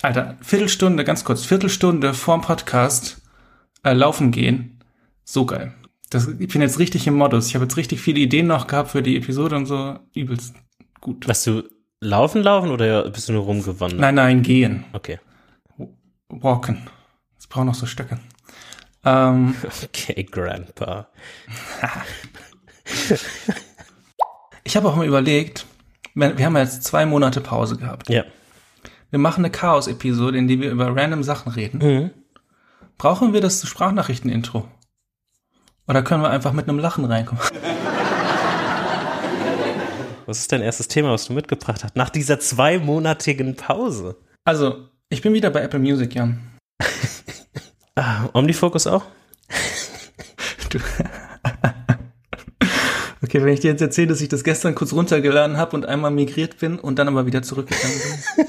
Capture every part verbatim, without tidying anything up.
Alter, Viertelstunde, ganz kurz, Viertelstunde vorm Podcast äh, laufen gehen. So geil. Das, ich bin jetzt richtig im Modus. Ich habe jetzt richtig viele Ideen noch gehabt für die Episode und so. Übelst gut. Was, du laufen, laufen oder bist du nur rumgewandert? Nein, nein, gehen. Okay. Walken. Es braucht noch so Stöcke. Ähm, okay, Grandpa. Ich habe auch mal überlegt, wir haben ja jetzt zwei Monate Pause gehabt. Ja. Wir machen eine Chaos-Episode, in der wir über random Sachen reden. Mhm. Brauchen wir das Sprachnachrichten-Intro? Oder können wir einfach mit einem Lachen reinkommen? Was ist dein erstes Thema, was du mitgebracht hast, nach dieser zweimonatigen Pause? Also, ich bin wieder bei Apple Music, Jan. ah, OmniFocus auch? Du. Okay, wenn ich dir jetzt erzähle, dass ich das gestern kurz runtergeladen habe und einmal migriert bin und dann aber wieder zurückgegangen bin.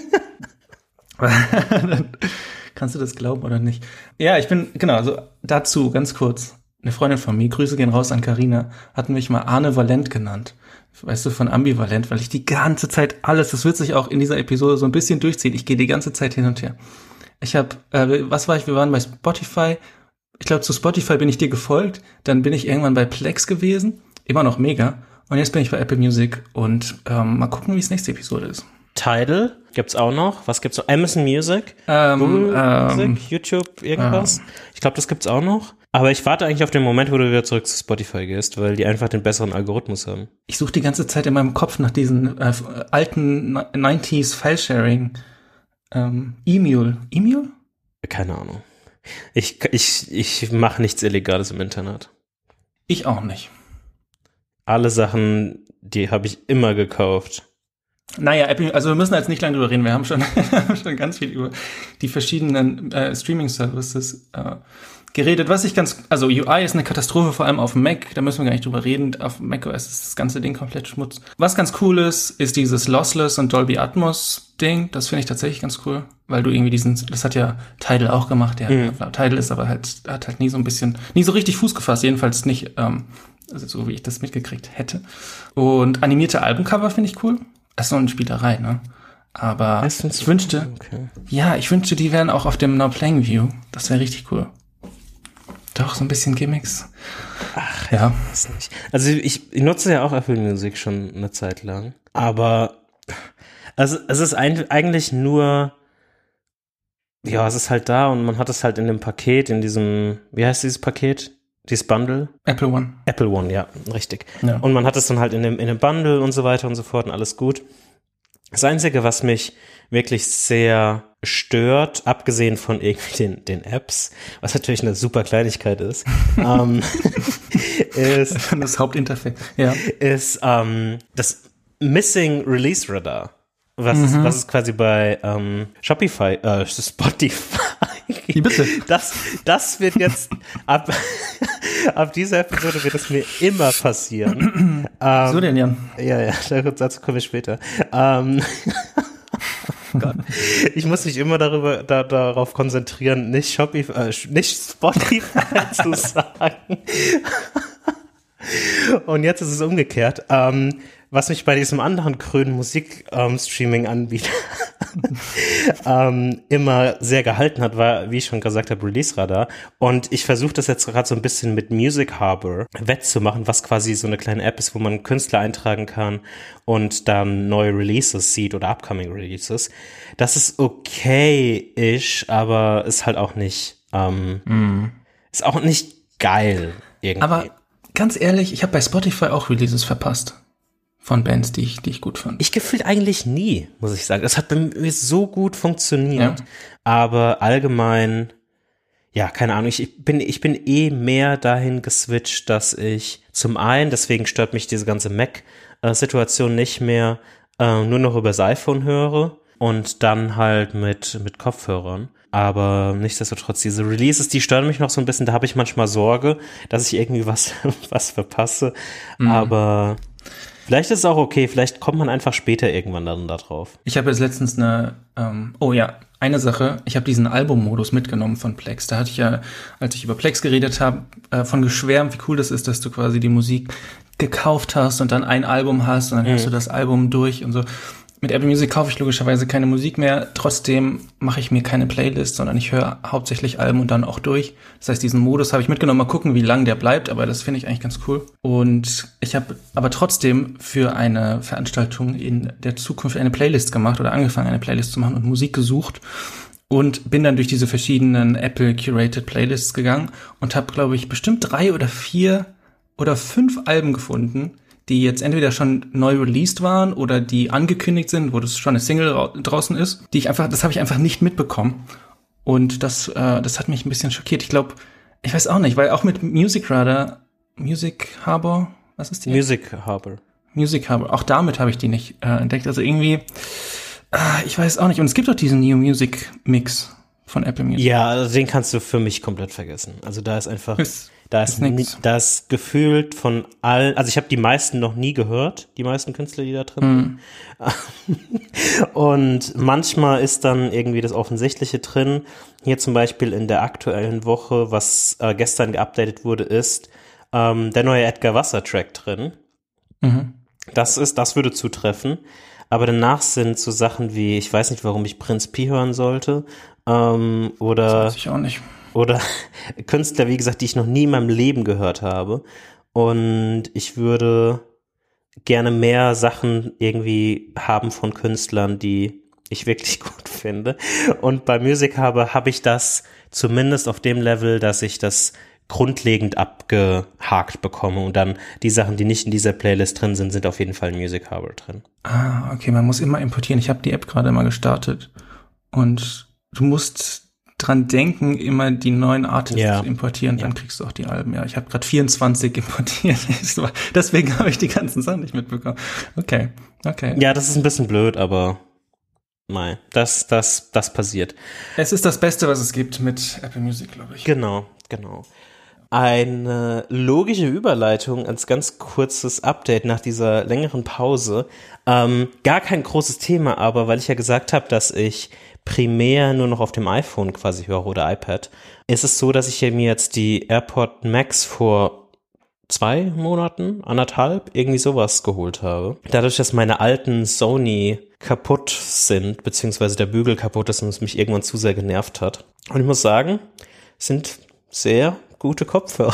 Dann kannst du das glauben oder nicht? Ja, ich bin, genau, also dazu ganz kurz. Eine Freundin von mir, Grüße gehen raus an Carina, hat mich mal Arne Valent genannt. Weißt du, von Ambivalent, weil ich die ganze Zeit alles, das wird sich auch in dieser Episode so ein bisschen durchziehen. Ich gehe die ganze Zeit hin und her. Ich habe, äh, was war ich? Wir waren bei Spotify. Ich glaube, zu Spotify bin ich dir gefolgt. Dann bin ich irgendwann bei Plex gewesen. Immer noch mega. Und jetzt bin ich bei Apple Music und ähm, mal gucken, wie es nächste Episode ist. Tidal gibt's auch noch. Was gibt's noch? Amazon Music? Ähm, Google ähm, Music? YouTube? Irgendwas? Ähm, ich glaube, das gibt's auch noch. Aber ich warte eigentlich auf den Moment, wo du wieder zurück zu Spotify gehst, weil die einfach den besseren Algorithmus haben. Ich suche die ganze Zeit in meinem Kopf nach diesen äh, alten neunziger File-Sharing. Ähm, E-Mule. E-Mule? Keine Ahnung. Ich, ich, ich mache nichts Illegales im Internet. Ich auch nicht. Alle Sachen, die habe ich immer gekauft. Naja, Apple, also wir müssen jetzt nicht lange drüber reden. Wir haben schon, schon ganz viel über die verschiedenen äh, Streaming-Services äh, geredet. Was ich ganz, also U I ist eine Katastrophe, vor allem auf dem Mac. Da müssen wir gar nicht drüber reden. Auf macOS ist das ganze Ding komplett Schmutz. Was ganz cool ist, ist dieses Lossless und Dolby Atmos Ding. Das finde ich tatsächlich ganz cool, weil du irgendwie diesen, das hat ja Tidal auch gemacht. Der mhm. Tidal ist aber halt, hat halt nie so ein bisschen, nie so richtig Fuß gefasst. Jedenfalls nicht, ähm, also so wie ich das mitgekriegt hätte. Und animierte Albumcover finde ich cool. Das ist so eine Spielerei, ne? Aber ich wünschte, okay. ja, ich wünschte, die wären auch auf dem Now Playing View. Das wäre richtig cool. Doch, so ein bisschen Gimmicks. Ach, ja. Weiß nicht. Also ich, ich nutze ja auch Apple Music schon eine Zeit lang. Aber also es ist ein, eigentlich nur, ja, es ist halt da und man hat es halt in dem Paket, in diesem, wie heißt dieses Paket? Dieses Bundle? Apple One. Apple One, ja, richtig. Ja. Und man hat es dann halt in dem, in dem Bundle und so weiter und so fort und alles gut. Das Einzige, was mich wirklich sehr stört, abgesehen von irgendwie den, den Apps, was natürlich eine super Kleinigkeit ist, ähm, ist das Hauptinterface, ja. ist ähm, das Missing Release Radar. Was, mhm. ist, was ist quasi bei ähm, Shopify, äh, Spotify. Wie bitte? Das, das wird jetzt, ab, ab dieser Episode wird es mir immer passieren. ähm, so denn, Jan? Ja, ja, dazu komme ich später. Ähm, oh Gott. Ich muss mich immer darüber, da, darauf konzentrieren, nicht Shopify, äh, nicht Spotify zu sagen. Und jetzt ist es umgekehrt. Ähm, was mich bei diesem anderen grünen Musik-Streaming-Anbieter ähm, immer sehr gehalten hat, war, wie ich schon gesagt habe, Release Radar. Und ich versuche das jetzt gerade so ein bisschen mit Music Harbor wettzumachen, was quasi so eine kleine App ist, wo man Künstler eintragen kann und dann neue Releases sieht oder upcoming Releases. Das ist okay-ish, aber ist halt auch nicht, ähm, mm. ist auch nicht geil irgendwie. Aber ganz ehrlich, ich habe bei Spotify auch Releases verpasst. Von Bands, die ich, die ich gut fand. Ich gefühlt eigentlich nie, muss ich sagen. Das hat bei mir so gut funktioniert. Ja. Aber allgemein, ja, keine Ahnung, ich bin, ich bin eh mehr dahin geswitcht, dass ich zum einen, deswegen stört mich diese ganze Mac-Situation nicht mehr, äh, nur noch über das iPhone höre und dann halt mit, mit Kopfhörern. Aber nichtsdestotrotz, diese Releases, die stören mich noch so ein bisschen. Da habe ich manchmal Sorge, dass ich irgendwie was, was verpasse. Mhm. Aber vielleicht ist es auch okay, vielleicht kommt man einfach später irgendwann dann da drauf. Ich habe jetzt letztens eine, ähm, oh ja, eine Sache, ich habe diesen Albummodus mitgenommen von Plex. Da hatte ich ja, als ich über Plex geredet habe, äh, von geschwärmt, wie cool das ist, dass du quasi die Musik gekauft hast und dann ein Album hast und dann hörst mhm. du das Album durch und so. mit Apple Music kaufe ich logischerweise keine Musik mehr. Trotzdem mache ich mir keine Playlist, sondern ich höre hauptsächlich Alben und dann auch durch. Das heißt, diesen Modus habe ich mitgenommen. Mal gucken, wie lang der bleibt, aber das finde ich eigentlich ganz cool. Und ich habe aber trotzdem für eine Veranstaltung in der Zukunft eine Playlist gemacht oder angefangen, eine Playlist zu machen und Musik gesucht. Und bin dann durch diese verschiedenen Apple-curated Playlists gegangen und habe, glaube ich, bestimmt drei oder vier oder fünf Alben gefunden, die jetzt entweder schon neu released waren oder die angekündigt sind, wo das schon eine Single ra- draußen ist, die ich einfach, das habe ich einfach nicht mitbekommen. Und das, äh, das hat mich ein bisschen schockiert. Ich glaube, ich weiß auch nicht, weil auch mit Music Radar, Music Harbor, was ist die? Music Harbor. Music Harbor, auch damit habe ich die nicht äh, entdeckt. Also irgendwie, äh, ich weiß auch nicht. Und es gibt auch diesen New Music Mix von Apple Music. Ja, also den kannst du für mich komplett vergessen. Also da ist einfach... Ist, Da ist, ist das gefühlt von allen, also ich habe die meisten noch nie gehört, die meisten Künstler, die da drin sind. Mm. Und manchmal ist dann irgendwie das Offensichtliche drin. Hier zum Beispiel in der aktuellen Woche, was äh, gestern geupdatet wurde, ist ähm, der neue Edgar Wasser-Track drin. Mhm. Das ist, das würde zutreffen. Aber danach sind so Sachen wie, ich weiß nicht, warum ich Prinz Pi hören sollte, ähm, oder das weiß ich auch nicht. Oder Künstler, wie gesagt, die ich noch nie in meinem Leben gehört habe. Und ich würde gerne mehr Sachen irgendwie haben von Künstlern, die ich wirklich gut finde. Und bei Music Harbor habe ich das zumindest auf dem Level, dass ich das grundlegend abgehakt bekomme. Und dann die Sachen, die nicht in dieser Playlist drin sind, sind auf jeden Fall in Music Harbor drin. Ah, okay, man muss immer importieren. Ich habe die App gerade mal gestartet. Und du musst dran denken, immer die neuen Artists ja. zu importieren, dann ja. kriegst du auch die Alben. Ja, ich habe gerade vierundzwanzig importiert. Deswegen habe ich die ganzen Sachen nicht mitbekommen. Okay, okay. Ja, das ist ein bisschen blöd, aber nein, das, das, das passiert. Es ist das Beste, was es gibt mit Apple Music, glaube ich. Genau, genau. Eine logische Überleitung als ganz kurzes Update nach dieser längeren Pause. Ähm, gar kein großes Thema, aber weil ich ja gesagt habe, dass ich primär nur noch auf dem iPhone quasi höre oder iPad, ist es so, dass ich mir jetzt die AirPod Max vor zwei Monaten, anderthalb, irgendwie sowas geholt habe. Dadurch, dass meine alten Sony kaputt sind, beziehungsweise der Bügel kaputt ist und es mich irgendwann zu sehr genervt hat. Und ich muss sagen, es sind sehr gute Kopfhörer.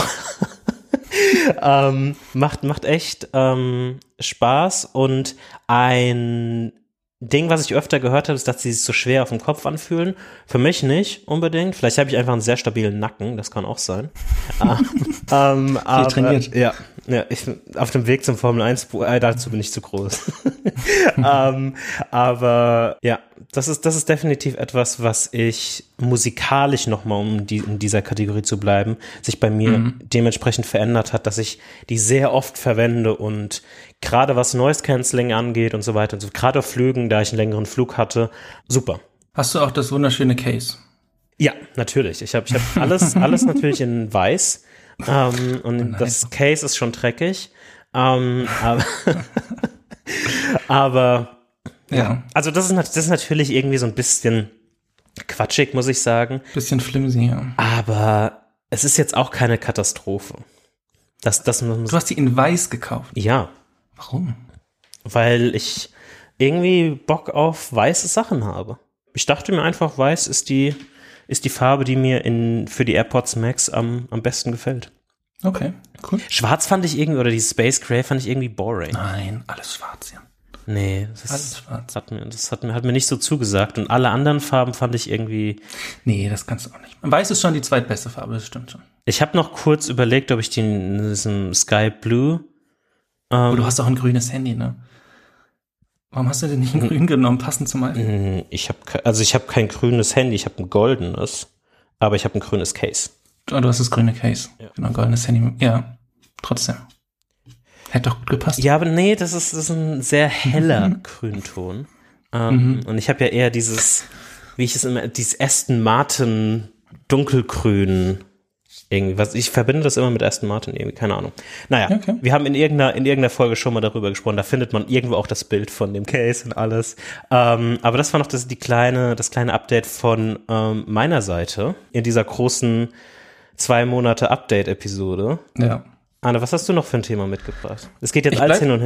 ähm, macht, macht echt ähm, Spaß und ein Ding, was ich öfter gehört habe, ist, dass sie sich so schwer auf dem Kopf anfühlen. Für mich nicht unbedingt. Vielleicht habe ich einfach einen sehr stabilen Nacken, das kann auch sein. ähm, aber, trainiert. Ja, ja ich, auf dem Weg zum Formel eins, äh, dazu bin ich zu groß. ähm, aber ja, das ist, das ist definitiv etwas, was ich musikalisch nochmal, um die, in dieser Kategorie zu bleiben, sich bei mir mhm. dementsprechend verändert hat, dass ich die sehr oft verwende und gerade was Noise Cancelling angeht und so weiter und so, gerade auf Flügen, da ich einen längeren Flug hatte, super. Hast du auch das wunderschöne Case? Ja, natürlich. Ich habe ich hab alles, alles natürlich in weiß ähm, und oh das Case ist schon dreckig, ähm, aber, aber ja, also das ist, das ist natürlich irgendwie so ein bisschen quatschig, muss ich sagen. Bisschen flimsy, ja. Aber es ist jetzt auch keine Katastrophe. Das, das muss, du hast die in weiß gekauft? Ja. Warum? Weil ich irgendwie Bock auf weiße Sachen habe. Ich dachte mir einfach, weiß ist die, ist die Farbe, die mir in, für die AirPods Max am, am besten gefällt. Okay, cool. Schwarz fand ich irgendwie, oder die Space Gray fand ich irgendwie boring. Nein, alles schwarz, ja. Nee, das, hat mir, das hat mir, hat mir nicht so zugesagt. Und alle anderen Farben fand ich irgendwie... Nee, das kannst du auch nicht. Weiß ist schon die zweitbeste Farbe, das stimmt schon. Ich habe noch kurz überlegt, ob ich die in diesem Sky Blue... Ähm, oh, du hast auch ein grünes Handy, ne? Warum hast du denn nicht ein grün genommen, passend zum iPhone? Ich habe also ich habe kein grünes Handy, ich habe ein goldenes, aber ich habe ein grünes Case. Oh, du hast das grüne Case. Ja. Genau, goldenes Handy. Ja, trotzdem. Hätte doch gut gepasst. Ja, aber nee, das ist, das ist ein sehr heller Grünton. Ähm, mhm. Und ich habe ja eher dieses, wie ich es immer, dieses Aston Martin dunkelgrün irgendwie. Was, ich verbinde das immer mit Aston Martin irgendwie, keine Ahnung. Naja, okay. Wir haben in irgendeiner, in irgendeiner Folge schon mal darüber gesprochen, da findet man irgendwo auch das Bild von dem Case und alles. Ähm, aber das war noch das, die kleine, das kleine Update von ähm, meiner Seite in dieser großen zwei Monate Update-Episode. Ja. Anne, was hast du noch für ein Thema mitgebracht? Es geht jetzt ich alles bleib, hin und her.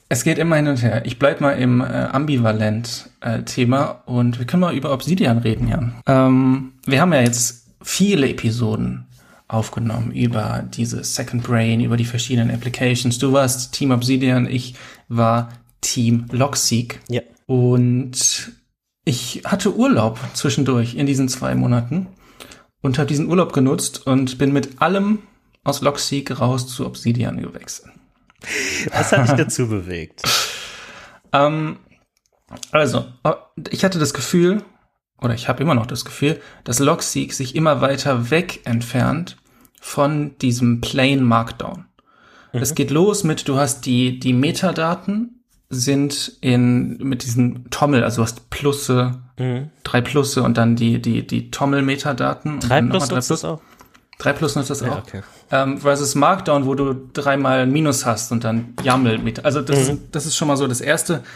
Es geht immer hin und her. Ich bleib mal im äh, Ambivalent-Thema äh, und wir können mal über Obsidian reden, Jan. Ähm, wir haben ja jetzt viele Episoden aufgenommen über diese Second Brain, über die verschiedenen Applications. Du warst Team Obsidian, ich war Team Logseek. Ja. Und ich hatte Urlaub zwischendurch in diesen zwei Monaten und habe diesen Urlaub genutzt und bin mit allem aus Logseek raus zu Obsidian gewechselt. Was hat dich dazu bewegt? ähm, also, ich hatte das Gefühl, oder ich habe immer noch das Gefühl, dass Logseek sich immer weiter weg entfernt von diesem Plain Markdown. Mhm. Es geht los mit, du hast die, die Metadaten sind in, mit diesem Tommel, also du hast Plusse, mhm. drei Plusse und dann die, die, die Tommel-Metadaten. Drei Plus nutzt das auch? Drei Plus nutzt das auch. Ja, okay. Ähm, versus Markdown, wo du dreimal Minus hast und dann YAML mit. Also das, mhm. das ist schon mal so das Erste.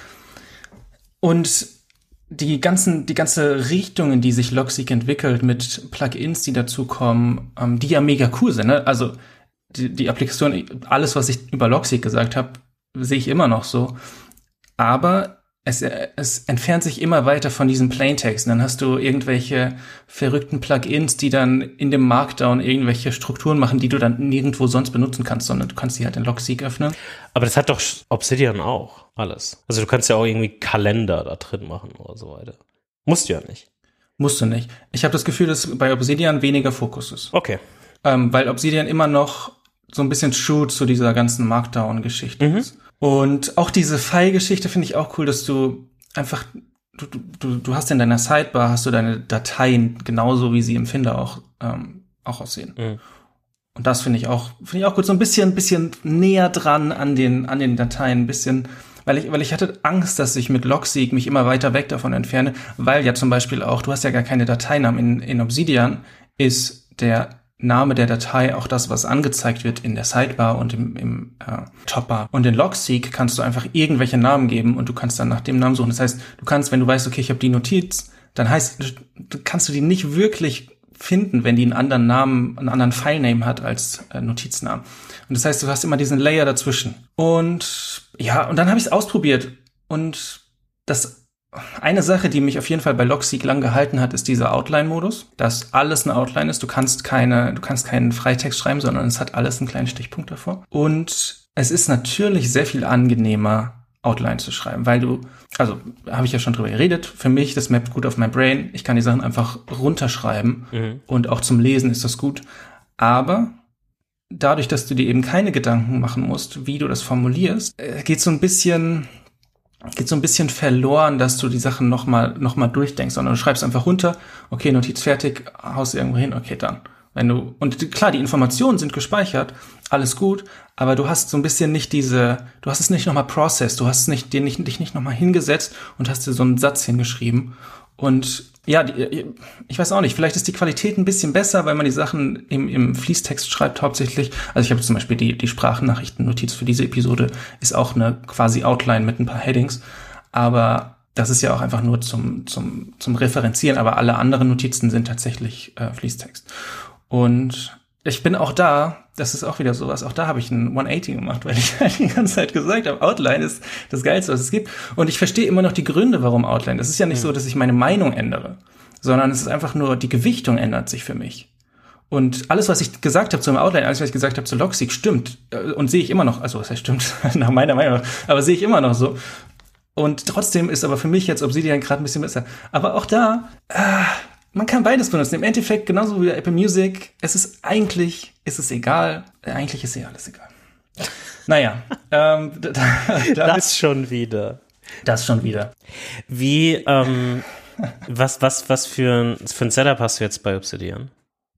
Und die ganzen, die ganze Richtung, in die sich Logseek entwickelt, mit Plugins, die dazukommen, ähm, die ja mega cool sind. Ne? Also die, die Applikation, alles, was ich über Logseek gesagt habe, sehe ich immer noch so. Aber es, es entfernt sich immer weiter von diesen Plaintext. Dann hast du irgendwelche verrückten Plugins, die dann in dem Markdown irgendwelche Strukturen machen, die du dann nirgendwo sonst benutzen kannst, sondern du kannst die halt in Logseek öffnen. Aber das hat doch Obsidian auch alles. Also du kannst ja auch irgendwie Kalender da drin machen oder so weiter. Musst du ja nicht. Musst du nicht. Ich habe das Gefühl, dass bei Obsidian weniger Fokus ist. Okay. Ähm, weil Obsidian immer noch so ein bisschen true zu dieser ganzen Markdown-Geschichte mhm. ist. Und auch diese File-Geschichte finde ich auch cool, dass du einfach, du, du, du hast in deiner Sidebar, hast du deine Dateien genauso, wie sie im Finder auch, ähm, auch aussehen. Mhm. Und das finde ich auch, finde ich auch gut, so ein bisschen, bisschen näher dran an den, an den Dateien, ein bisschen, weil ich, weil ich hatte Angst, dass ich mit Logseek mich immer weiter weg davon entferne, weil ja zum Beispiel auch, du hast ja gar keine Dateinamen in, in Obsidian, ist der Name der Datei auch das, was angezeigt wird in der Sidebar und im, im äh, Topbar. Und in Logseek kannst du einfach irgendwelche Namen geben und du kannst dann nach dem Namen suchen. Das heißt, du kannst, wenn du weißt, okay, ich habe die Notiz, dann heißt, du, kannst du die nicht wirklich finden, wenn die einen anderen Namen, einen anderen Filename hat als äh, Notiznamen. Und das heißt, du hast immer diesen Layer dazwischen. Und ja, und dann habe ich es ausprobiert. Und das eine Sache, die mich auf jeden Fall bei Logseek lang gehalten hat, ist dieser Outline-Modus, dass alles eine Outline ist. Du kannst keine, du kannst keinen Freitext schreiben, sondern es hat alles einen kleinen Stichpunkt davor. Und es ist natürlich sehr viel angenehmer, Outline zu schreiben, weil du, also habe ich ja schon drüber geredet, für mich, das mappt gut auf mein Brain. Ich kann die Sachen einfach runterschreiben mhm. und auch zum Lesen ist das gut. Aber dadurch, dass du dir eben keine Gedanken machen musst, wie du das formulierst, geht so ein bisschen geht so ein bisschen verloren, dass du die Sachen nochmal noch mal durchdenkst, sondern du schreibst einfach runter, okay, Notiz fertig, haust irgendwo hin, okay, dann. Wenn du, und klar, die Informationen sind gespeichert, alles gut, aber du hast so ein bisschen nicht diese, du hast es nicht nochmal processed, du hast es nicht, dir nicht, dich nicht nochmal hingesetzt und hast dir so einen Satz hingeschrieben. Und ja, die, ich weiß auch nicht, vielleicht ist die Qualität ein bisschen besser, weil man die Sachen im, im Fließtext schreibt hauptsächlich. Also ich habe zum Beispiel die, die Sprachnachrichtennotiz für diese Episode ist auch eine quasi Outline mit ein paar Headings. Aber das ist ja auch einfach nur zum, zum, zum Referenzieren. Aber alle anderen Notizen sind tatsächlich äh, Fließtext. Und ich bin auch da, das ist auch wieder sowas, auch da habe ich ein hundertachtzig gemacht, weil ich halt die ganze Zeit gesagt habe, Outline ist das Geilste, was es gibt. Und ich verstehe immer noch die Gründe, warum Outline. Es ist ja nicht mhm. so, dass ich meine Meinung ändere, sondern es ist einfach nur, die Gewichtung ändert sich für mich. Und alles, was ich gesagt habe zum Outline, alles, was ich gesagt habe zu Logseek, stimmt. Und sehe ich immer noch, also was heißt stimmt, nach meiner Meinung, aber sehe ich immer noch so. Und trotzdem ist aber für mich jetzt Obsidian gerade ein bisschen besser. Aber auch da, ah, man kann beides benutzen. Im Endeffekt, genauso wie Apple Music, es ist eigentlich, ist es egal. Eigentlich ist eh alles egal. Naja. ähm, da, damit, das schon wieder. Das schon wieder. Wie, ähm, was, was, was für ein, für ein Setup hast du jetzt bei Obsidian?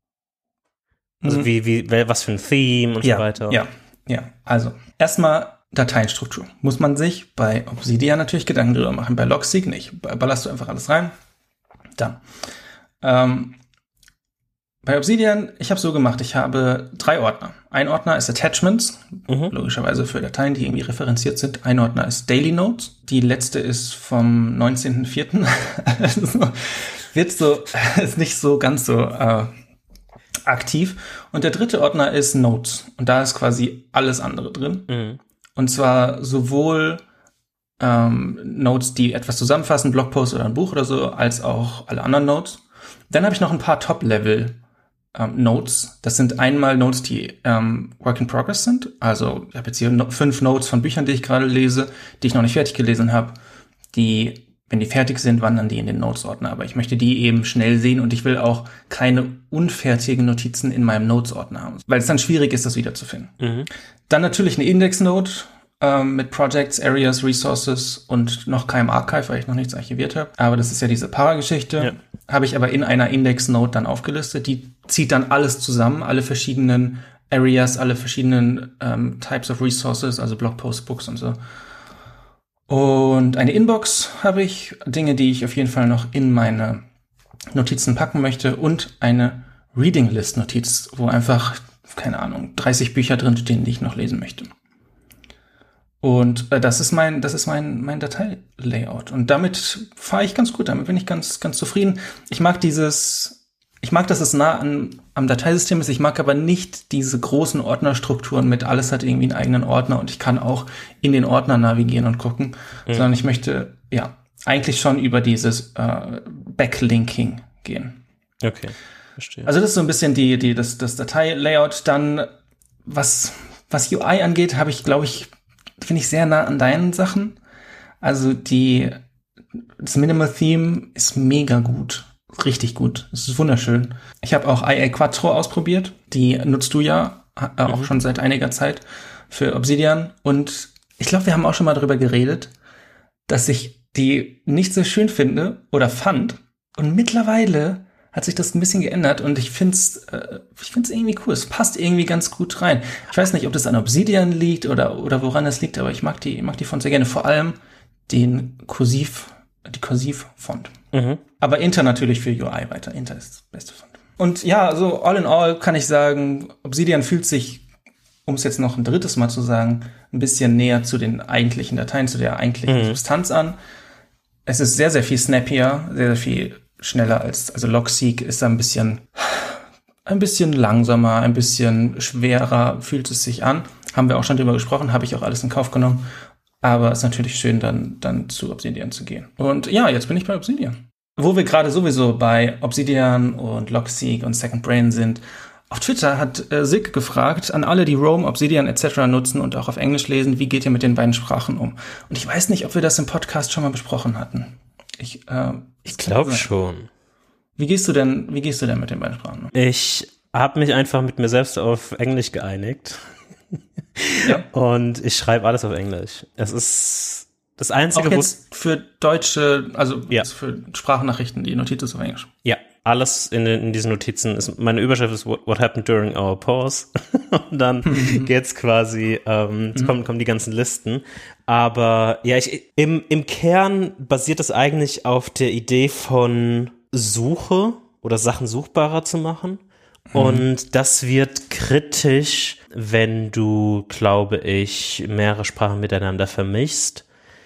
Also mhm. wie, wie, was für ein Theme und ja, so weiter? Ja, ja. Also, erstmal Dateienstruktur. Muss man sich bei Obsidian natürlich Gedanken drüber machen. Bei Logseek nicht. Ballerst du einfach alles rein. Dann. Ähm, bei Obsidian, ich habe so gemacht, ich habe drei Ordner. Ein Ordner ist Attachments, mhm. logischerweise für Dateien, die irgendwie referenziert sind. Ein Ordner ist Daily Notes. Die letzte ist vom neunzehnten vierten Also, wird so, ist nicht so ganz so äh, aktiv. Und der dritte Ordner ist Notes. Und da ist quasi alles andere drin. Mhm. Und zwar sowohl ähm, Notes, die etwas zusammenfassen, Blogpost oder ein Buch oder so, als auch alle anderen Notes. Dann habe ich noch ein paar Top-Level ähm, Notes. Das sind einmal Notes, die ähm, Work in Progress sind. Also ich habe jetzt hier no- fünf Notes von Büchern, die ich gerade lese, die ich noch nicht fertig gelesen habe. Die, wenn die fertig sind, wandern die in den Notes-Ordner. Aber ich möchte die eben schnell sehen und ich will auch keine unfertigen Notizen in meinem Notes-Ordner haben, weil es dann schwierig ist, das wiederzufinden. Mhm. Dann natürlich eine Index-Note ähm, mit Projects, Areas, Resources und noch keinem Archive, weil ich noch nichts archiviert habe. Aber das ist ja diese Para-Geschichte. Ja. Habe ich aber in einer Index-Note dann aufgelistet. Die zieht dann alles zusammen, alle verschiedenen Areas, alle verschiedenen ähm, Types of Resources, also Blogposts, Books und so. Und eine Inbox habe ich, Dinge, die ich auf jeden Fall noch in meine Notizen packen möchte und eine Reading-List-Notiz, wo einfach, keine Ahnung, dreißig Bücher drin stehen, die ich noch lesen möchte. Und äh, das ist mein, das ist mein, mein Dateilayout. Und damit fahre ich ganz gut, damit bin ich ganz, ganz zufrieden. Ich mag dieses, ich mag, dass es nah an, am Dateisystem ist. Ich mag aber nicht diese großen Ordnerstrukturen mit alles hat irgendwie einen eigenen Ordner und ich kann auch in den Ordner navigieren und gucken, mhm. sondern ich möchte, ja, eigentlich schon über dieses äh, Backlinking gehen. Okay, verstehe. Also das ist so ein bisschen die, die, das, das Dateilayout. Dann, was, was U I angeht, habe ich, glaube ich, finde ich sehr nah an deinen Sachen. Also die, das Minimal Theme ist mega gut. Richtig gut. Es ist wunderschön. Ich habe auch I A Quattro ausprobiert. Die nutzt du ja äh, auch mhm. schon seit einiger Zeit für Obsidian. Und ich glaube, wir haben auch schon mal darüber geredet, dass ich die nicht so schön finde oder fand. Und mittlerweile hat sich das ein bisschen geändert und ich finde es äh, ich find's irgendwie cool. Es passt irgendwie ganz gut rein. Ich weiß nicht, ob das an Obsidian liegt oder oder woran es liegt, aber ich mag die mag die Font sehr gerne. Vor allem den Kursiv, die Kursiv-Font. Mhm. Aber Inter natürlich für U I weiter. Inter ist das beste Font. Und ja, also all in all kann ich sagen, Obsidian fühlt sich, um es jetzt noch ein drittes Mal zu sagen, ein bisschen näher zu den eigentlichen Dateien, zu der eigentlichen mhm. Substanz an. Es ist sehr, sehr viel snappier, sehr, sehr viel schneller als, also Logseek ist da ein bisschen, ein bisschen langsamer, ein bisschen schwerer fühlt es sich an. Haben wir auch schon drüber gesprochen, habe ich auch alles in Kauf genommen. Aber es ist natürlich schön, dann, dann zu Obsidian zu gehen. Und ja, jetzt bin ich bei Obsidian. Wo wir gerade sowieso bei Obsidian und Logseek und Second Brain sind, auf Twitter hat äh, Sig gefragt, an alle, die Roam, Obsidian et cetera nutzen und auch auf Englisch lesen, wie geht ihr mit den beiden Sprachen um? Und ich weiß nicht, ob wir das im Podcast schon mal besprochen hatten. Ich, äh, ich glaube schon. Wie gehst du denn, wie gehst du denn mit den beiden Sprachen? Ich habe mich einfach mit mir selbst auf Englisch geeinigt. Ja. Und ich schreibe alles auf Englisch. Es ist das Einzige, auch jetzt für deutsche, also ja. für Sprachnachrichten, die Notiz ist auf Englisch. Ja, alles in, den, in diesen Notizen ist, meine Überschrift ist What, what happened during our pause? Und dann geht's quasi, ähm, jetzt kommen, kommen die ganzen Listen. Aber ja, ich, im, im Kern basiert es eigentlich auf der Idee von Suche oder Sachen suchbarer zu machen. Und das wird kritisch, wenn du, glaube ich, mehrere Sprachen miteinander vermischst,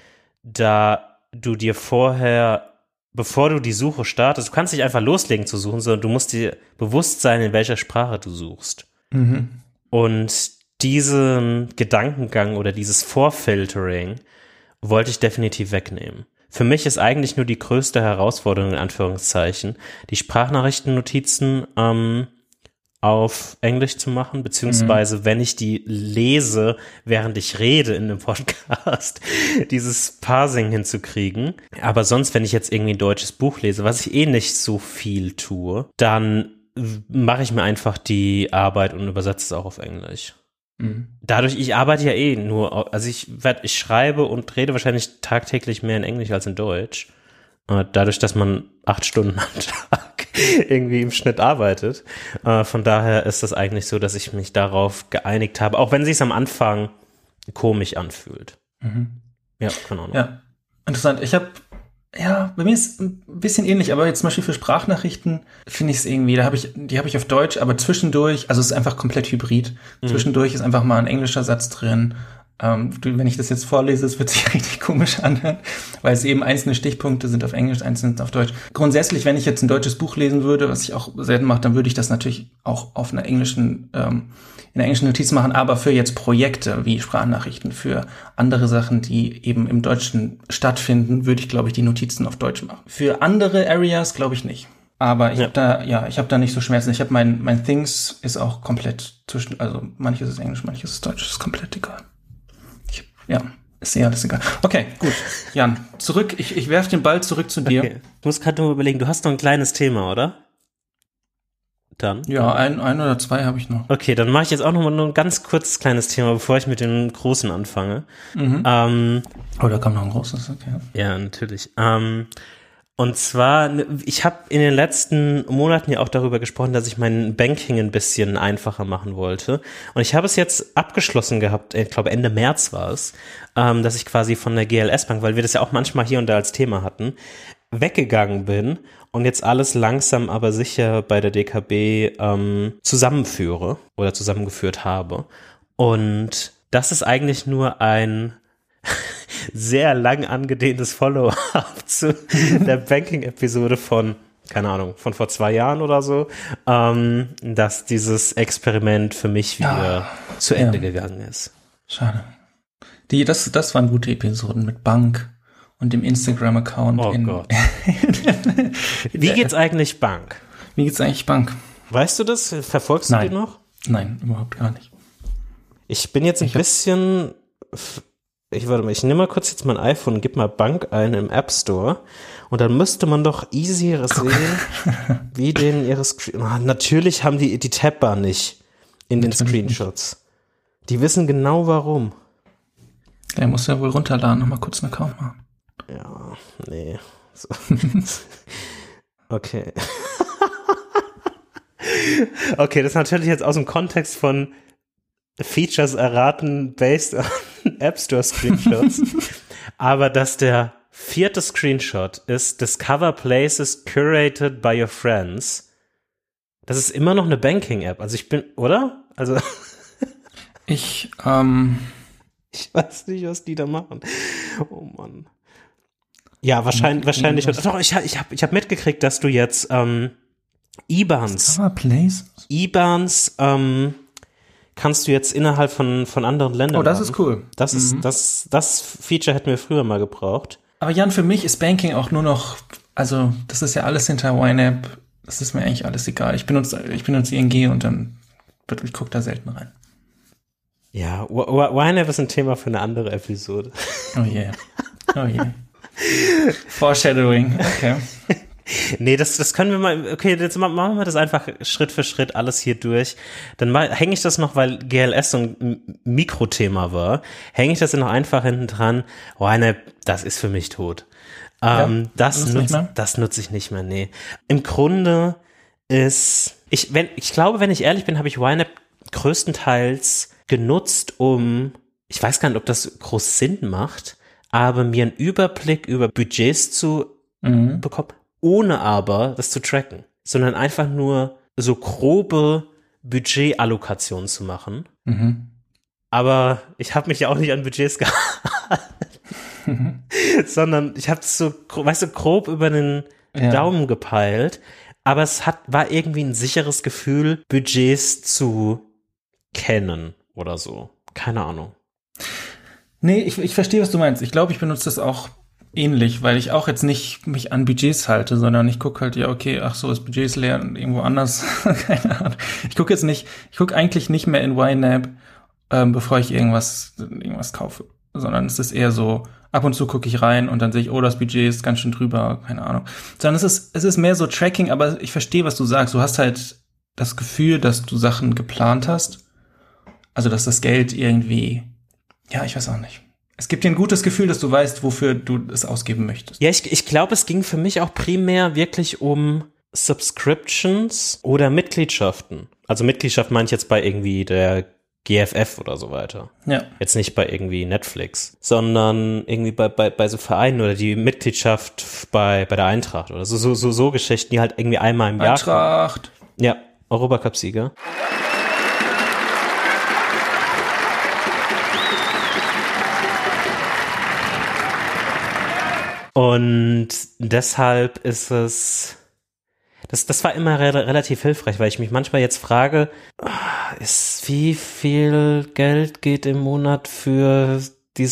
da du dir vorher, bevor du die Suche startest, du kannst nicht einfach loslegen zu suchen, sondern du musst dir bewusst sein, in welcher Sprache du suchst. Mhm. Und diesen Gedankengang oder dieses Vorfiltering wollte ich definitiv wegnehmen. Für mich ist eigentlich nur die größte Herausforderung, in Anführungszeichen, die Sprachnachrichtennotizen ähm, auf Englisch zu machen, beziehungsweise mhm. wenn ich die lese, während ich rede in einem Podcast, dieses Parsing hinzukriegen. Aber sonst, wenn ich jetzt irgendwie ein deutsches Buch lese, was ich eh nicht so viel tue, dann mache ich mir einfach die Arbeit und übersetze es auch auf Englisch. Mhm. Dadurch, ich arbeite ja eh nur, also ich werde, ich schreibe und rede wahrscheinlich tagtäglich mehr in Englisch als in Deutsch. Dadurch, dass man acht Stunden am Tag irgendwie im Schnitt arbeitet. Von daher ist das eigentlich so, dass ich mich darauf geeinigt habe, auch wenn es sich am Anfang komisch anfühlt. Mhm. Ja, keine Ahnung. Ja, interessant. Ich habe, ja, bei mir ist es ein bisschen ähnlich, aber jetzt zum Beispiel für Sprachnachrichten finde ich es irgendwie, da habe ich, die habe ich auf Deutsch, aber zwischendurch, also es ist einfach komplett hybrid. Mhm. Zwischendurch ist einfach mal ein englischer Satz drin. Ähm, du, wenn ich das jetzt vorlese, es wird sich richtig komisch anhören, weil es eben einzelne Stichpunkte sind auf Englisch, einzelne sind auf Deutsch. Grundsätzlich, wenn ich jetzt ein deutsches Buch lesen würde, was ich auch selten mache, dann würde ich das natürlich auch auf einer englischen, ähm, in einer englischen Notiz machen, aber für jetzt Projekte wie Sprachnachrichten, für andere Sachen, die eben im Deutschen stattfinden, würde ich, glaube ich, die Notizen auf Deutsch machen. Für andere Areas glaube ich nicht. Aber ich Ja. habe da, ja, ich habe da nicht so Schmerzen. Ich habe mein, mein Things ist auch komplett zwischen, also manches ist Englisch, manches ist Deutsch, ist komplett egal. Ich, ja, ist eh alles egal. Okay, gut. Jan, zurück, ich, ich werfe den Ball zurück zu dir. Okay. Ich muss gerade nur überlegen, du hast noch ein kleines Thema, oder? Dann? Ja, ein, ein oder zwei habe ich noch. Okay, dann mache ich jetzt auch noch mal nur ein ganz kurzes kleines Thema, bevor ich mit den Großen anfange. Mhm. Ähm, oh, da kommt noch ein großes, okay. Ja, natürlich. Ähm, und zwar, ich habe in den letzten Monaten ja auch darüber gesprochen, dass ich mein Banking ein bisschen einfacher machen wollte. Und ich habe es jetzt abgeschlossen gehabt, ich glaube Ende März war es, ähm, dass ich quasi von der G L S Bank, weil wir das ja auch manchmal hier und da als Thema hatten, weggegangen bin und jetzt alles langsam aber sicher bei der D K B ähm, zusammenführe oder zusammengeführt habe. Und das ist eigentlich nur ein sehr lang angedehntes Follow-up zu der Banking-Episode von, keine Ahnung, von vor zwei Jahren oder so, ähm, dass dieses Experiment für mich wieder ja, zu Ende ja. gegangen ist. Schade. Die, das, das waren gute Episoden mit Bank und dem Instagram-Account. Oh in, Gott. Wie geht's eigentlich Bank? Wie geht's eigentlich Bank? Weißt du das? Verfolgst Nein. du die noch? Nein, überhaupt gar nicht. Ich bin jetzt ein ich bisschen... Ich warte mal, ich nehme mal kurz jetzt mein iPhone und gebe mal Bank ein im App Store und dann müsste man doch easier sehen, wie denen ihre Screen... Oh, natürlich haben die die Tabbar nicht in den Screenshots. Die wissen genau warum. Der muss ja wohl runterladen und mal kurz einen Account machen. Ja, nee. So. Okay. Okay, das ist natürlich jetzt aus dem Kontext von Features erraten based on App Store Screenshots. Aber dass der vierte Screenshot ist Discover Places curated by your friends. Das ist immer noch eine Banking-App. Also ich bin, oder? Also ich, ähm ich weiß nicht, was die da machen. Oh Mann. Ja, wahrscheinlich, wahrscheinlich. Doch, ich, ich habe ich hab mitgekriegt, dass du jetzt ähm, I B A Ns Discover Places? I B A Ns, ähm, kannst du jetzt innerhalb von, von anderen Ländern Oh, das machen. ist cool. Das mhm. ist, das, das Feature hätten wir früher mal gebraucht. Aber Jan, für mich ist Banking auch nur noch, also, das ist ja alles hinter YNAB. Das ist mir eigentlich alles egal. Ich benutze, ich benutze I N G und dann, ich gucke da selten rein. Ja, YNAB ist ein Thema für eine andere Episode. Oh yeah. Oh yeah. Foreshadowing, okay. Nee, das, das können wir mal, okay, jetzt machen wir das einfach Schritt für Schritt alles hier durch. Dann hänge ich das noch, weil G L S so ein Mikrothema war, hänge ich das noch einfach hinten dran. Oh, ne, das ist für mich tot. Ähm, ja, das nutze das nutze ich nicht mehr, nee. Im Grunde ist, ich, wenn, ich glaube, wenn ich ehrlich bin, habe ich YNAB größtenteils genutzt, um, ich weiß gar nicht, ob das groß Sinn macht, aber mir einen Überblick über Budgets zu mhm. bekommen, ohne aber das zu tracken, sondern einfach nur so grobe Budgetallokationen zu machen. Mhm. Aber ich habe mich ja auch nicht an Budgets gehalten, mhm. sondern ich habe es so, weißt du, grob über den ja. Daumen gepeilt, aber es hat, war irgendwie ein sicheres Gefühl, Budgets zu kennen oder so. Keine Ahnung. Nee, ich, ich verstehe, was du meinst. Ich glaube, ich benutze das auch ähnlich, weil ich auch jetzt nicht mich an Budgets halte, sondern ich gucke halt, ja, okay, ach so, das Budget ist leer und irgendwo anders. Keine Ahnung. Ich gucke jetzt nicht, ich gucke eigentlich nicht mehr in YNAB, ähm, bevor ich irgendwas, irgendwas kaufe, sondern es ist eher so, ab und zu gucke ich rein und dann sehe ich, oh, das Budget ist ganz schön drüber, keine Ahnung. Sondern es ist, es ist mehr so Tracking, aber ich verstehe, was du sagst. Du hast halt das Gefühl, dass du Sachen geplant hast. Also, dass das Geld irgendwie, ja, ich weiß auch nicht. Es gibt dir ein gutes Gefühl, dass du weißt, wofür du es ausgeben möchtest. Ja, ich, ich glaube, es ging für mich auch primär wirklich um Subscriptions oder Mitgliedschaften. Also Mitgliedschaft meine ich jetzt bei irgendwie der G F F oder so weiter. Ja. Jetzt nicht bei irgendwie Netflix, sondern irgendwie bei, bei, bei so Vereinen oder die Mitgliedschaft bei, bei der Eintracht oder so, so, so, so Geschichten, die halt irgendwie einmal im Jahr Eintracht. kommen. Ja, Europacup-Sieger. Und deshalb ist es, das, das war immer re- relativ hilfreich, weil ich mich manchmal jetzt frage, ist, wie viel Geld geht im Monat für die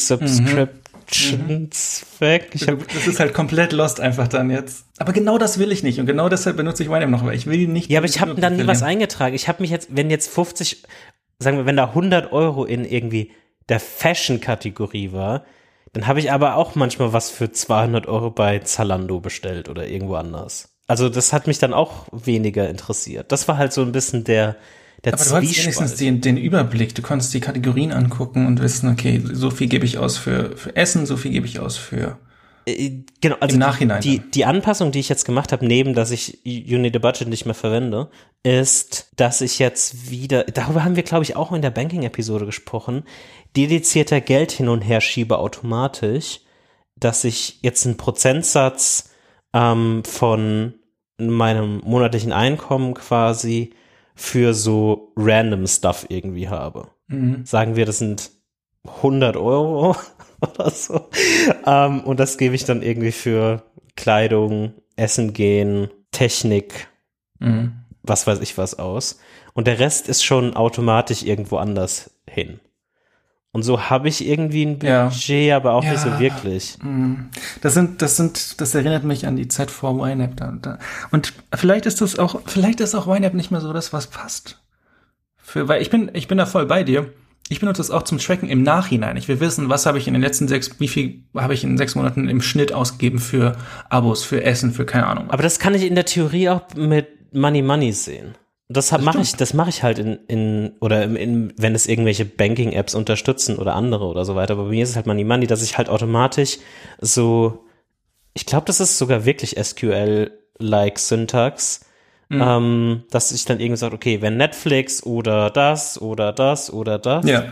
Subscriptions mhm. weg? Ich hab, das ist halt komplett lost einfach dann jetzt. Aber genau das will ich nicht und genau deshalb benutze ich YNAB noch, weil ich will nicht. Ja, aber ich habe dann nie was eingetragen. Ich habe mich jetzt, wenn jetzt fünfzig, sagen wir, wenn da hundert Euro in irgendwie der Fashion-Kategorie war, dann habe ich aber auch manchmal was für zweihundert Euro bei Zalando bestellt oder irgendwo anders. Also das hat mich dann auch weniger interessiert. Das war halt so ein bisschen der, der Aber du hattest wenigstens den, den Überblick. Du konntest die Kategorien angucken und wissen, okay, so viel gebe ich aus für, für Essen, so viel gebe ich aus für äh, genau, also im Nachhinein. Die, die, die Anpassung, die ich jetzt gemacht habe, neben, dass ich You Need a Budget nicht mehr verwende, ist, dass ich jetzt wieder, darüber haben wir, glaube ich, auch in der Banking-Episode gesprochen, dedizierter Geld hin und her schiebe automatisch, dass ich jetzt einen Prozentsatz ähm, von meinem monatlichen Einkommen quasi für so random Stuff irgendwie habe. Mhm. Sagen wir, das sind hundert Euro oder so. Ähm, und das gebe ich dann irgendwie für Kleidung, Essen gehen, Technik, mhm. was weiß ich was aus. Und der Rest ist schon automatisch irgendwo anders hin. Und so habe ich irgendwie ein Budget, ja. aber auch ja. nicht so wirklich. Das sind, das sind, das erinnert mich an die Zeit vor YNAB. Da, da. Und vielleicht ist das auch, vielleicht ist auch YNAB nicht mehr so das, was passt. Für, weil ich bin, ich bin da voll bei dir. Ich benutze es auch zum Tracken im Nachhinein. Ich will wissen, was habe ich in den letzten sechs, wie viel habe ich in sechs Monaten im Schnitt ausgegeben für Abos, für Essen, für keine Ahnung. Aber das kann ich in der Theorie auch mit Money Money sehen. Das, das mache ich, das mache ich halt in, in oder in, in, wenn es irgendwelche Banking-Apps unterstützen oder andere oder so weiter. Aber bei mir ist es halt Money Money, dass ich halt automatisch so, ich glaube, das ist sogar wirklich S Q L-like Syntax, mhm. ähm, dass ich dann irgendwie sage, okay, wenn Netflix oder das oder das oder das, ja.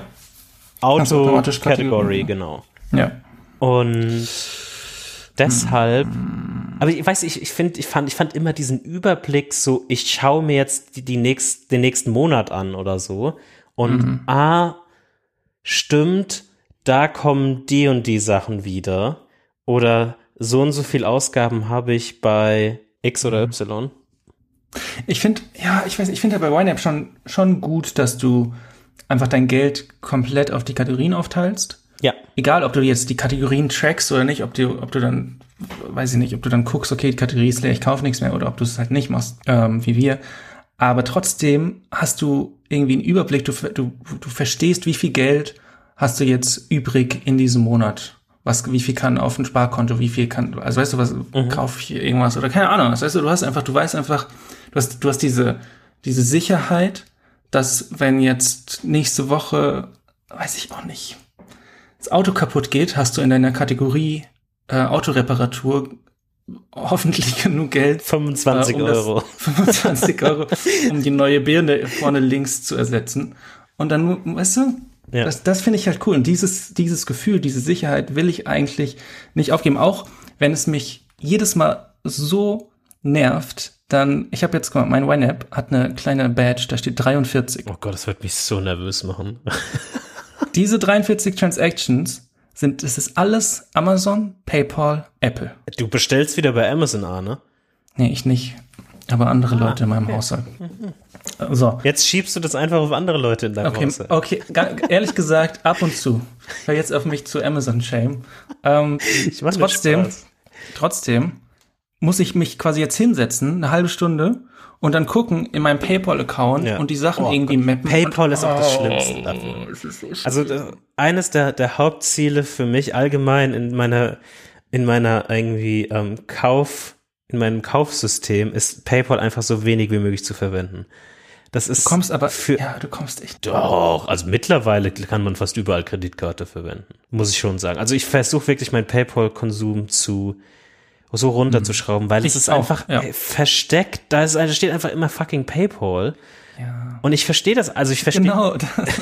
Auto-Category, genau. Ja. Und deshalb, aber ich weiß, ich, ich finde, ich fand, ich fand immer diesen Überblick so, ich schaue mir jetzt die, die nächst, den nächsten Monat an oder so und mhm. ah, stimmt, da kommen die und die Sachen wieder oder so und so viel Ausgaben habe ich bei X oder Y. Ich finde, ja, ich weiß, ich finde ja bei YNAB schon, schon gut, dass du einfach dein Geld komplett auf die Kategorien aufteilst. Ja. Egal, ob du jetzt die Kategorien trackst oder nicht, ob du, ob du dann, weiß ich nicht, ob du dann guckst, okay, die Kategorie ist leer, ich kaufe nichts mehr, oder ob du es halt nicht machst, ähm, wie wir. Aber trotzdem hast du irgendwie einen Überblick, du, du, du verstehst, wie viel Geld hast du jetzt übrig in diesem Monat. Was, wie viel kann auf ein Sparkonto, wie viel kann, also weißt du was, mhm. kaufe ich irgendwas oder keine Ahnung, das weißt du, du hast einfach, du weißt einfach, du hast, du hast diese, diese Sicherheit, dass wenn jetzt nächste Woche, weiß ich auch nicht, das Auto kaputt geht, hast du in deiner Kategorie äh, Autoreparatur hoffentlich genug Geld. fünfundzwanzig äh, um Euro. fünfundzwanzig Euro, um die neue Birne vorne links zu ersetzen. Und dann, weißt du, ja. das, das finde ich halt cool. Und dieses, dieses Gefühl, diese Sicherheit will ich eigentlich nicht aufgeben. Auch wenn es mich jedes Mal so nervt, dann, ich habe jetzt, mein YNAB hat eine kleine Badge, da steht dreiundvierzig. Oh Gott, das wird mich so nervös machen. Diese dreiundvierzig Transactions sind, es ist alles Amazon, PayPal, Apple. Du bestellst wieder bei Amazon, A, ne? Nee, ich nicht. Aber andere ah, Leute in meinem okay. Haushalt. So. Jetzt schiebst du das einfach auf andere Leute in deinem okay, Haushalt. Okay, ehrlich gesagt, ab und zu. Ich höre jetzt auf mich zu Amazon-Shame. Ähm, ich mach trotzdem, trotzdem muss ich mich quasi jetzt hinsetzen, eine halbe Stunde, und dann gucken in meinem PayPal-Account ja. und die Sachen oh, irgendwie mappen. PayPal und, ist auch das oh, Schlimmste dafür. Das ist so also das, eines der, der Hauptziele für mich allgemein in meiner in meiner irgendwie ähm, Kauf in meinem Kaufsystem ist PayPal einfach so wenig wie möglich zu verwenden. Das ist du kommst aber für ja, du kommst echt doch. Also mittlerweile kann man fast überall Kreditkarte verwenden, muss ich schon sagen. Also ich versuche wirklich meinen PayPal-Konsum zu so runterzuschrauben, weil ich es ist auch, einfach ja. ey, versteckt. Da, ist, da steht einfach immer fucking PayPal. Ja. Und ich verstehe das, also ich verstehe. Genau.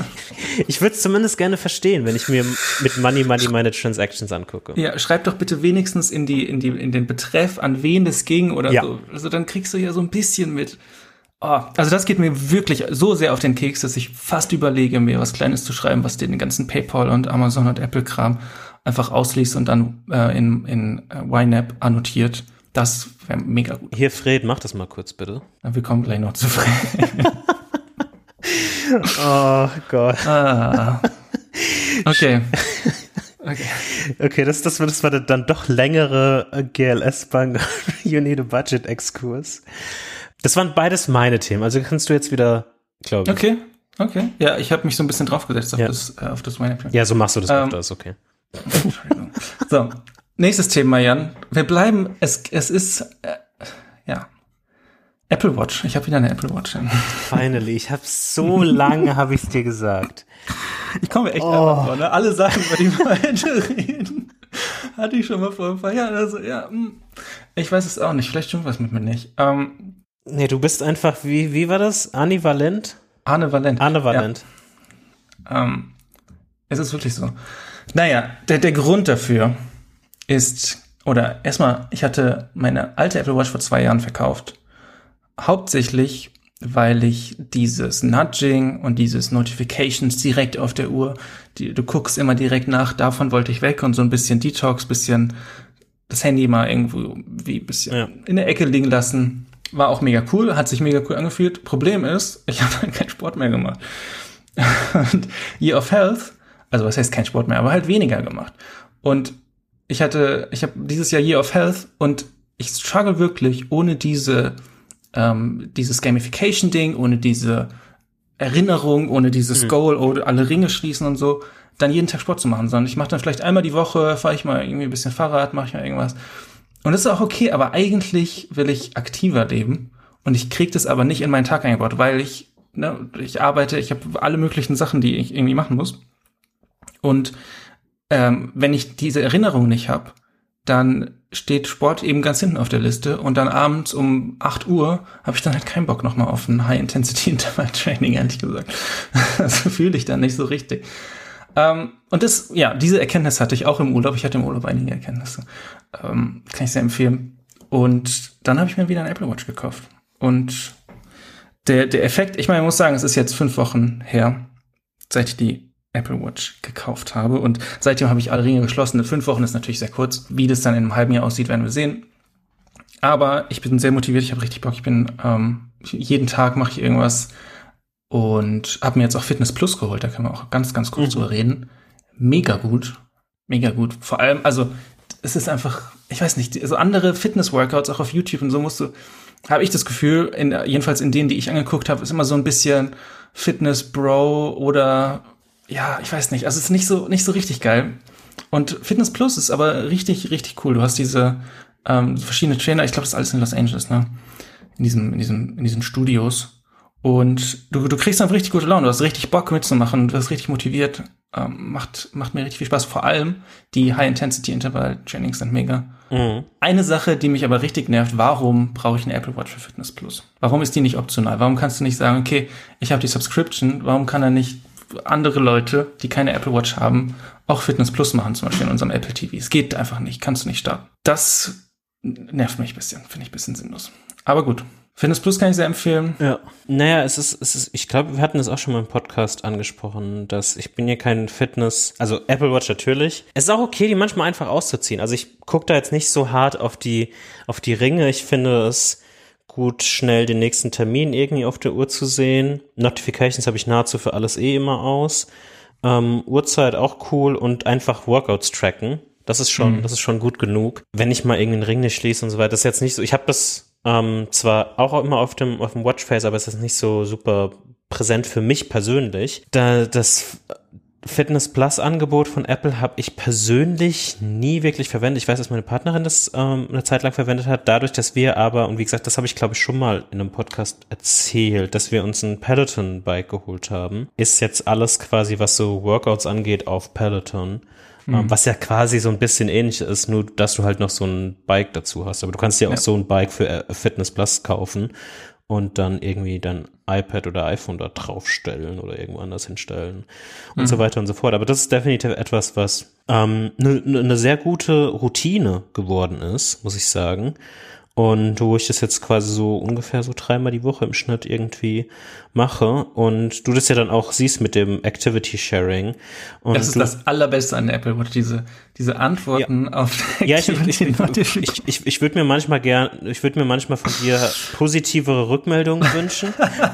Ich würde es zumindest gerne verstehen, wenn ich mir mit Money Money meine Transactions angucke. Ja, schreib doch bitte wenigstens in die in die in den Betreff, an wen das ging oder ja. so. Also dann kriegst du ja so ein bisschen mit. Oh, also das geht mir wirklich so sehr auf den Keks, dass ich fast überlege, mir was Kleines zu schreiben, was den ganzen PayPal und Amazon und Apple Kram einfach ausliest und dann äh, in, in Y N A B annotiert. Das wäre mega gut. Hier, Fred, mach das mal kurz, bitte. Wir kommen gleich noch zu Fred. Oh Gott. Ah. Okay. Okay, okay das, das, das war dann doch längere G L S-Bank You Need a Budget-Exkurs. Das waren beides meine Themen, also kannst du jetzt wieder, glaube ich. Okay, okay. Ja, ich habe mich so ein bisschen draufgesetzt auf ja. das äh, auf das meine Ja, so machst du das ähm, öfters, okay. Entschuldigung. So, nächstes Thema, Jan. Wir bleiben, es, es ist, äh, ja, Apple Watch. Ich habe wieder eine Apple Watch. Finally, ich habe so lange, habe ich es dir gesagt. Ich komme echt oh. vor, ne? Alle Sachen, über die wir heute reden, hatte ich schon mal vor ein paar Jahren. Also, ja, ich weiß es auch nicht. Vielleicht stimmt was mit mir nicht. Ähm, nee, du bist einfach, wie, wie war das? Ambivalent? Ambivalent. Ambivalent. Ja. Ähm, es ist wirklich so. Naja, der, der Grund dafür ist, oder erstmal, ich hatte meine alte Apple Watch vor zwei Jahren verkauft. Hauptsächlich, weil ich dieses Nudging und dieses Notifications direkt auf der Uhr, die, du guckst immer direkt nach, davon wollte ich weg und so ein bisschen Detox, bisschen das Handy mal irgendwo wie ein bisschen ja. in der Ecke liegen lassen. War auch mega cool, hat sich mega cool angefühlt. Problem ist, ich habe halt keinen Sport mehr gemacht. Und Year of Health, also was heißt kein Sport mehr, aber halt weniger gemacht. Und ich hatte, ich habe dieses Jahr Year of Health und ich struggle wirklich ohne diese Ähm, dieses Gamification-Ding, ohne diese Erinnerung, ohne dieses mhm. Goal, oder alle Ringe schließen und so, dann jeden Tag Sport zu machen, sondern ich mache dann vielleicht einmal die Woche, fahre ich mal irgendwie ein bisschen Fahrrad, mache ich mal irgendwas. Und das ist auch okay, aber eigentlich will ich aktiver leben und ich kriege das aber nicht in meinen Tag eingebaut, weil ich, ne, ich arbeite, ich habe alle möglichen Sachen, die ich irgendwie machen muss. Und ähm, wenn ich diese Erinnerung nicht habe, dann steht Sport eben ganz hinten auf der Liste und dann abends um acht Uhr habe ich dann halt keinen Bock nochmal auf ein High-Intensity-Interval-Training, ehrlich gesagt. Das fühle ich dann nicht so richtig. Ähm, und das, ja, diese Erkenntnis hatte ich auch im Urlaub. Ich hatte im Urlaub einige Erkenntnisse. Ähm, kann ich sehr empfehlen. Und dann habe ich mir wieder eine Apple Watch gekauft. Und der, der Effekt, ich meine, ich muss sagen, es ist jetzt fünf Wochen her, seit ich die Apple Watch gekauft habe und seitdem habe ich alle Ringe geschlossen. Fünf Wochen ist natürlich sehr kurz. Wie das dann in einem halben Jahr aussieht, werden wir sehen. Aber ich bin sehr motiviert, ich habe richtig Bock. Ich bin ähm, jeden Tag mache ich irgendwas und habe mir jetzt auch Fitness Plus geholt. Da können wir auch ganz, ganz kurz mhm. drüber reden. Mega gut, mega gut. Vor allem, also es ist einfach, ich weiß nicht, so andere Fitness-Workouts auch auf YouTube und so musst du, habe ich das Gefühl, in, jedenfalls in denen, die ich angeguckt habe, ist immer so ein bisschen Fitness-Bro oder ja, ich weiß nicht, also es ist nicht so nicht so richtig geil. Und Fitness Plus ist aber richtig, richtig cool. Du hast diese ähm, verschiedene Trainer, ich glaube, das ist alles in Los Angeles, ne? In diesem, in diesem, in diesen Studios. Und du, du kriegst dann richtig gute Laune, du hast richtig Bock mitzumachen, du wirst richtig motiviert. Ähm, macht, macht mir richtig viel Spaß. Vor allem die High-Intensity-Interval-Trainings sind mega. Mhm. Eine Sache, die mich aber richtig nervt, warum brauche ich eine Apple Watch für Fitness Plus? Warum ist die nicht optional? Warum kannst du nicht sagen, okay, ich habe die Subscription, warum kann er nicht andere Leute, die keine Apple Watch haben, auch Fitness Plus machen, zum Beispiel in unserem Apple T V. Es geht einfach nicht, kannst du nicht starten. Das nervt mich ein bisschen, finde ich ein bisschen sinnlos. Aber gut, Fitness Plus kann ich sehr empfehlen. Ja, naja, es ist, es ist, ich glaube, wir hatten es auch schon mal im Podcast angesprochen, dass ich bin hier kein Fitness, also Apple Watch natürlich. Es ist auch okay, die manchmal einfach auszuziehen. Also ich gucke da jetzt nicht so hart auf die, auf die Ringe. Ich finde es gut, schnell den nächsten Termin irgendwie auf der Uhr zu sehen. Notifications habe ich nahezu für alles eh immer aus. Ähm, Uhrzeit auch cool und einfach Workouts tracken. Das ist schon, mhm. das ist schon gut genug. Wenn ich mal irgendeinen Ring nicht schließe und so weiter, das ist jetzt nicht so, ich habe das ähm, zwar auch immer auf dem, auf dem Watchface, aber es ist nicht so super präsent für mich persönlich. Da, das Fitness Plus Angebot von Apple habe ich persönlich nie wirklich verwendet. Ich weiß, dass meine Partnerin das ähm, eine Zeit lang verwendet hat. Dadurch, dass wir aber, und wie gesagt, das habe ich glaube ich schon mal in einem Podcast erzählt, dass wir uns ein Peloton Bike geholt haben, ist jetzt alles quasi, was so Workouts angeht, auf Peloton. Mhm. Ähm, was ja quasi so ein bisschen ähnlich ist, nur dass du halt noch so ein Bike dazu hast. Aber du kannst dir ja auch so ein Bike für äh, Fitness Plus kaufen und dann irgendwie dein iPad oder iPhone da draufstellen oder irgendwo anders hinstellen und mhm. so weiter und so fort. Aber das ist definitiv etwas, was ähm, eine ne, ne sehr gute Routine geworden ist, muss ich sagen. und wo ich das jetzt quasi so ungefähr so dreimal die Woche im Schnitt irgendwie mache und du das ja dann auch siehst mit dem Activity Sharing. Und das ist du, das Allerbeste an der Apple Watch, diese, diese Antworten ja. auf ja, ich, ich, ich, ich, ich, ich würde mir manchmal gern, ich würde mir manchmal von dir positivere Rückmeldungen wünschen,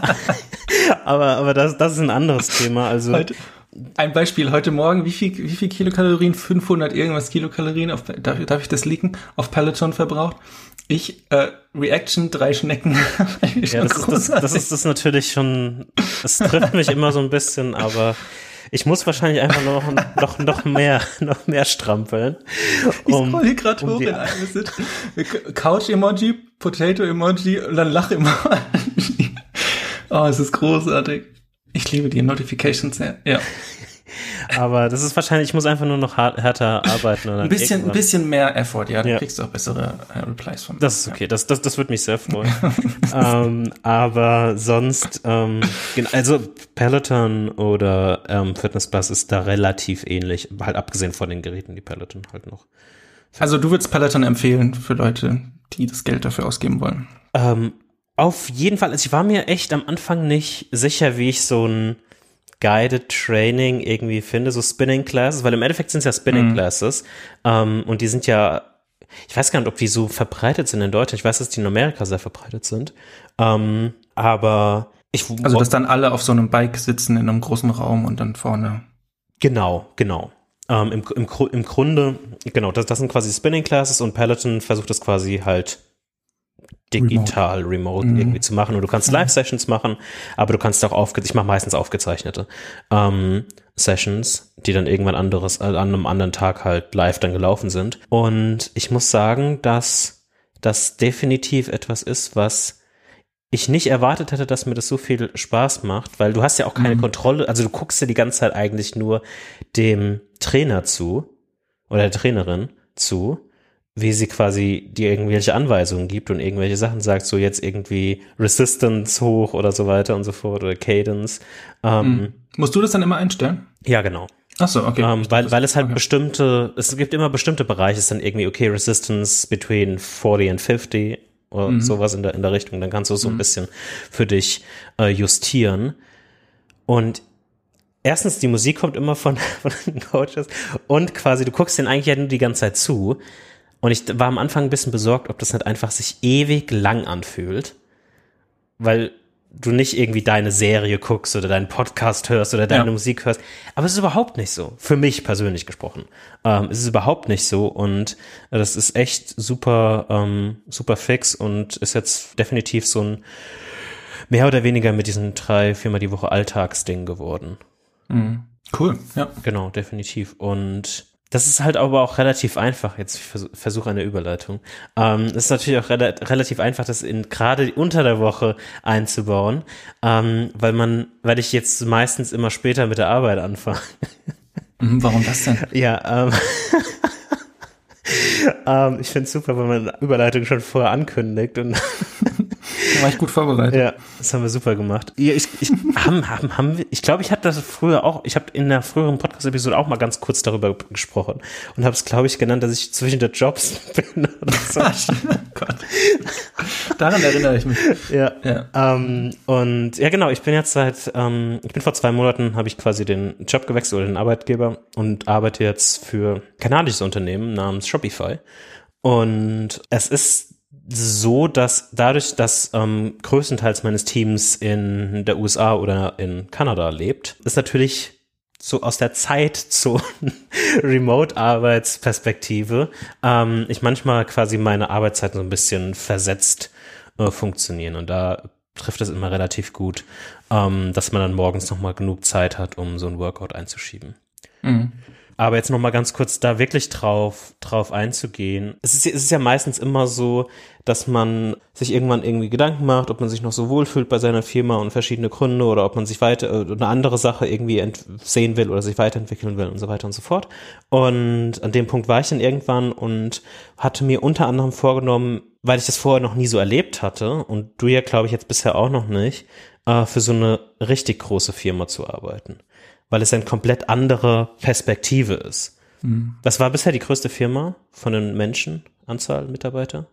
aber, aber das, das ist ein anderes Thema, also. Heute, ein Beispiel, heute Morgen, wie viel, wie viel Kilokalorien, fünfhundert irgendwas Kilokalorien, auf, darf, darf ich das leaken, auf Peloton verbraucht? Ich, äh, Reaction, drei Schnecken. Ja, das ist, das, das ist das natürlich schon, das trifft mich immer so ein bisschen, aber ich muss wahrscheinlich einfach noch, noch, noch mehr, noch mehr strampeln. Um, ich scroll hier gerade um hoch in einem Message. Couch-Emoji, Potato-Emoji und dann Lach-Emoji. Oh, es ist großartig. Ich liebe die Notifications sehr, ja. Aber das ist wahrscheinlich, ich muss einfach nur noch hart, härter arbeiten. Oder ein bisschen, ein bisschen mehr Effort, ja, dann ja. kriegst du auch bessere äh, Replies von mir. Das ist okay, ja. das, das, das würde mich sehr freuen. ähm, aber sonst, ähm, also Peloton oder ähm, Fitness Plus ist da relativ ähnlich, halt abgesehen von den Geräten, die Peloton halt noch. Also du würdest Peloton empfehlen für Leute, die das Geld dafür ausgeben wollen? Ähm, auf jeden Fall, also ich war mir echt am Anfang nicht sicher, wie ich so ein Guided Training irgendwie finde, so Spinning Classes, weil im Endeffekt sind es ja Spinning mhm. Classes ähm, und die sind ja, ich weiß gar nicht, ob die so verbreitet sind in Deutschland, ich weiß, dass die in Amerika sehr verbreitet sind, ähm, aber ich... Also, dass dann alle auf so einem Bike sitzen in einem großen Raum und dann vorne... Genau, genau. Ähm, im, im, Im Grunde, genau, das, das sind quasi Spinning Classes und Peloton versucht das quasi halt digital, remote, remote mhm. irgendwie zu machen. Und du kannst Live-Sessions machen, aber du kannst auch aufge- ich mache meistens aufgezeichnete ähm, Sessions, die dann irgendwann anderes, äh, an einem anderen Tag halt live dann gelaufen sind. Und ich muss sagen, dass das definitiv etwas ist, was ich nicht erwartet hätte, dass mir das so viel Spaß macht, weil du hast ja auch keine mhm. Kontrolle, also du guckst ja die ganze Zeit eigentlich nur dem Trainer zu oder der Trainerin zu, wie sie quasi dir irgendwelche Anweisungen gibt und irgendwelche Sachen sagt, so jetzt irgendwie Resistance hoch oder so weiter und so fort oder Cadence. Ähm, mhm. Musst du das dann immer einstellen? Ja, genau. Ach so, okay. Ähm, weil, weil es halt okay. bestimmte, es gibt immer bestimmte Bereiche, es ist dann irgendwie, okay, Resistance between forty and fifty oder mhm. sowas in der, in der Richtung, dann kannst du es so ein bisschen für dich äh, justieren. Und erstens, die Musik kommt immer von, von den Coaches und quasi, du guckst denen eigentlich ja nur die ganze Zeit zu. Und ich war am Anfang ein bisschen besorgt, ob das nicht einfach sich ewig lang anfühlt, weil du nicht irgendwie deine Serie guckst oder deinen Podcast hörst oder deine ja. Musik hörst. Aber es ist überhaupt nicht so, für mich persönlich gesprochen. Ähm, es ist überhaupt nicht so und das ist echt super, ähm, super fix und ist jetzt definitiv so ein mehr oder weniger mit diesen drei, viermal die Woche Alltagsding geworden. Mhm. Cool, ja. Genau, definitiv. Und das ist halt aber auch relativ einfach, jetzt ich versuche eine Überleitung. Ähm, es ist natürlich auch re- relativ einfach, das in gerade unter der Woche einzubauen, ähm, weil man, weil ich jetzt meistens immer später mit der Arbeit anfange. Mhm, warum das denn? Ja, ähm, ähm, ich finde es super, wenn man Überleitung schon vorher ankündigt und da war ich gut vorbereitet. Ja, das haben wir super gemacht. Ich, ich, haben, haben, haben wir, ich glaube, ich habe das früher auch, ich habe in der früheren Podcast-Episode auch mal ganz kurz darüber gesprochen und habe es, glaube ich, genannt, dass ich zwischen der Jobs bin oder so. Gott. Daran erinnere ich mich. Ja, ja. Ähm, und ja, genau, ich bin jetzt seit, ähm, ich bin vor zwei Monaten, habe ich quasi den Job gewechselt oder den Arbeitgeber und arbeite jetzt für ein kanadisches Unternehmen namens Shopify. Und es ist so, dass dadurch, dass ähm, größtenteils meines Teams in der U S A oder in Kanada lebt, ist natürlich so aus der Zeit zur Remote-Arbeitsperspektive ähm, ich manchmal quasi meine Arbeitszeiten so ein bisschen versetzt äh, funktionieren und da trifft es immer relativ gut, ähm, dass man dann morgens nochmal genug Zeit hat, um so ein Workout einzuschieben. Mhm. Aber jetzt noch mal ganz kurz da wirklich drauf, drauf einzugehen. Es ist, es ist ja meistens immer so, dass man sich irgendwann irgendwie Gedanken macht, ob man sich noch so wohlfühlt bei seiner Firma und verschiedene Gründe oder ob man sich weiter, eine andere Sache irgendwie ent- sehen will oder sich weiterentwickeln will und so weiter und so fort. Und an dem Punkt war ich dann irgendwann und hatte mir unter anderem vorgenommen, weil ich das vorher noch nie so erlebt hatte und du ja, glaube ich, jetzt bisher auch noch nicht, äh, für so eine richtig große Firma zu arbeiten. Weil es eine komplett andere Perspektive ist. Mhm. Was war bisher die größte Firma von den Menschen, Anzahl Mitarbeiter?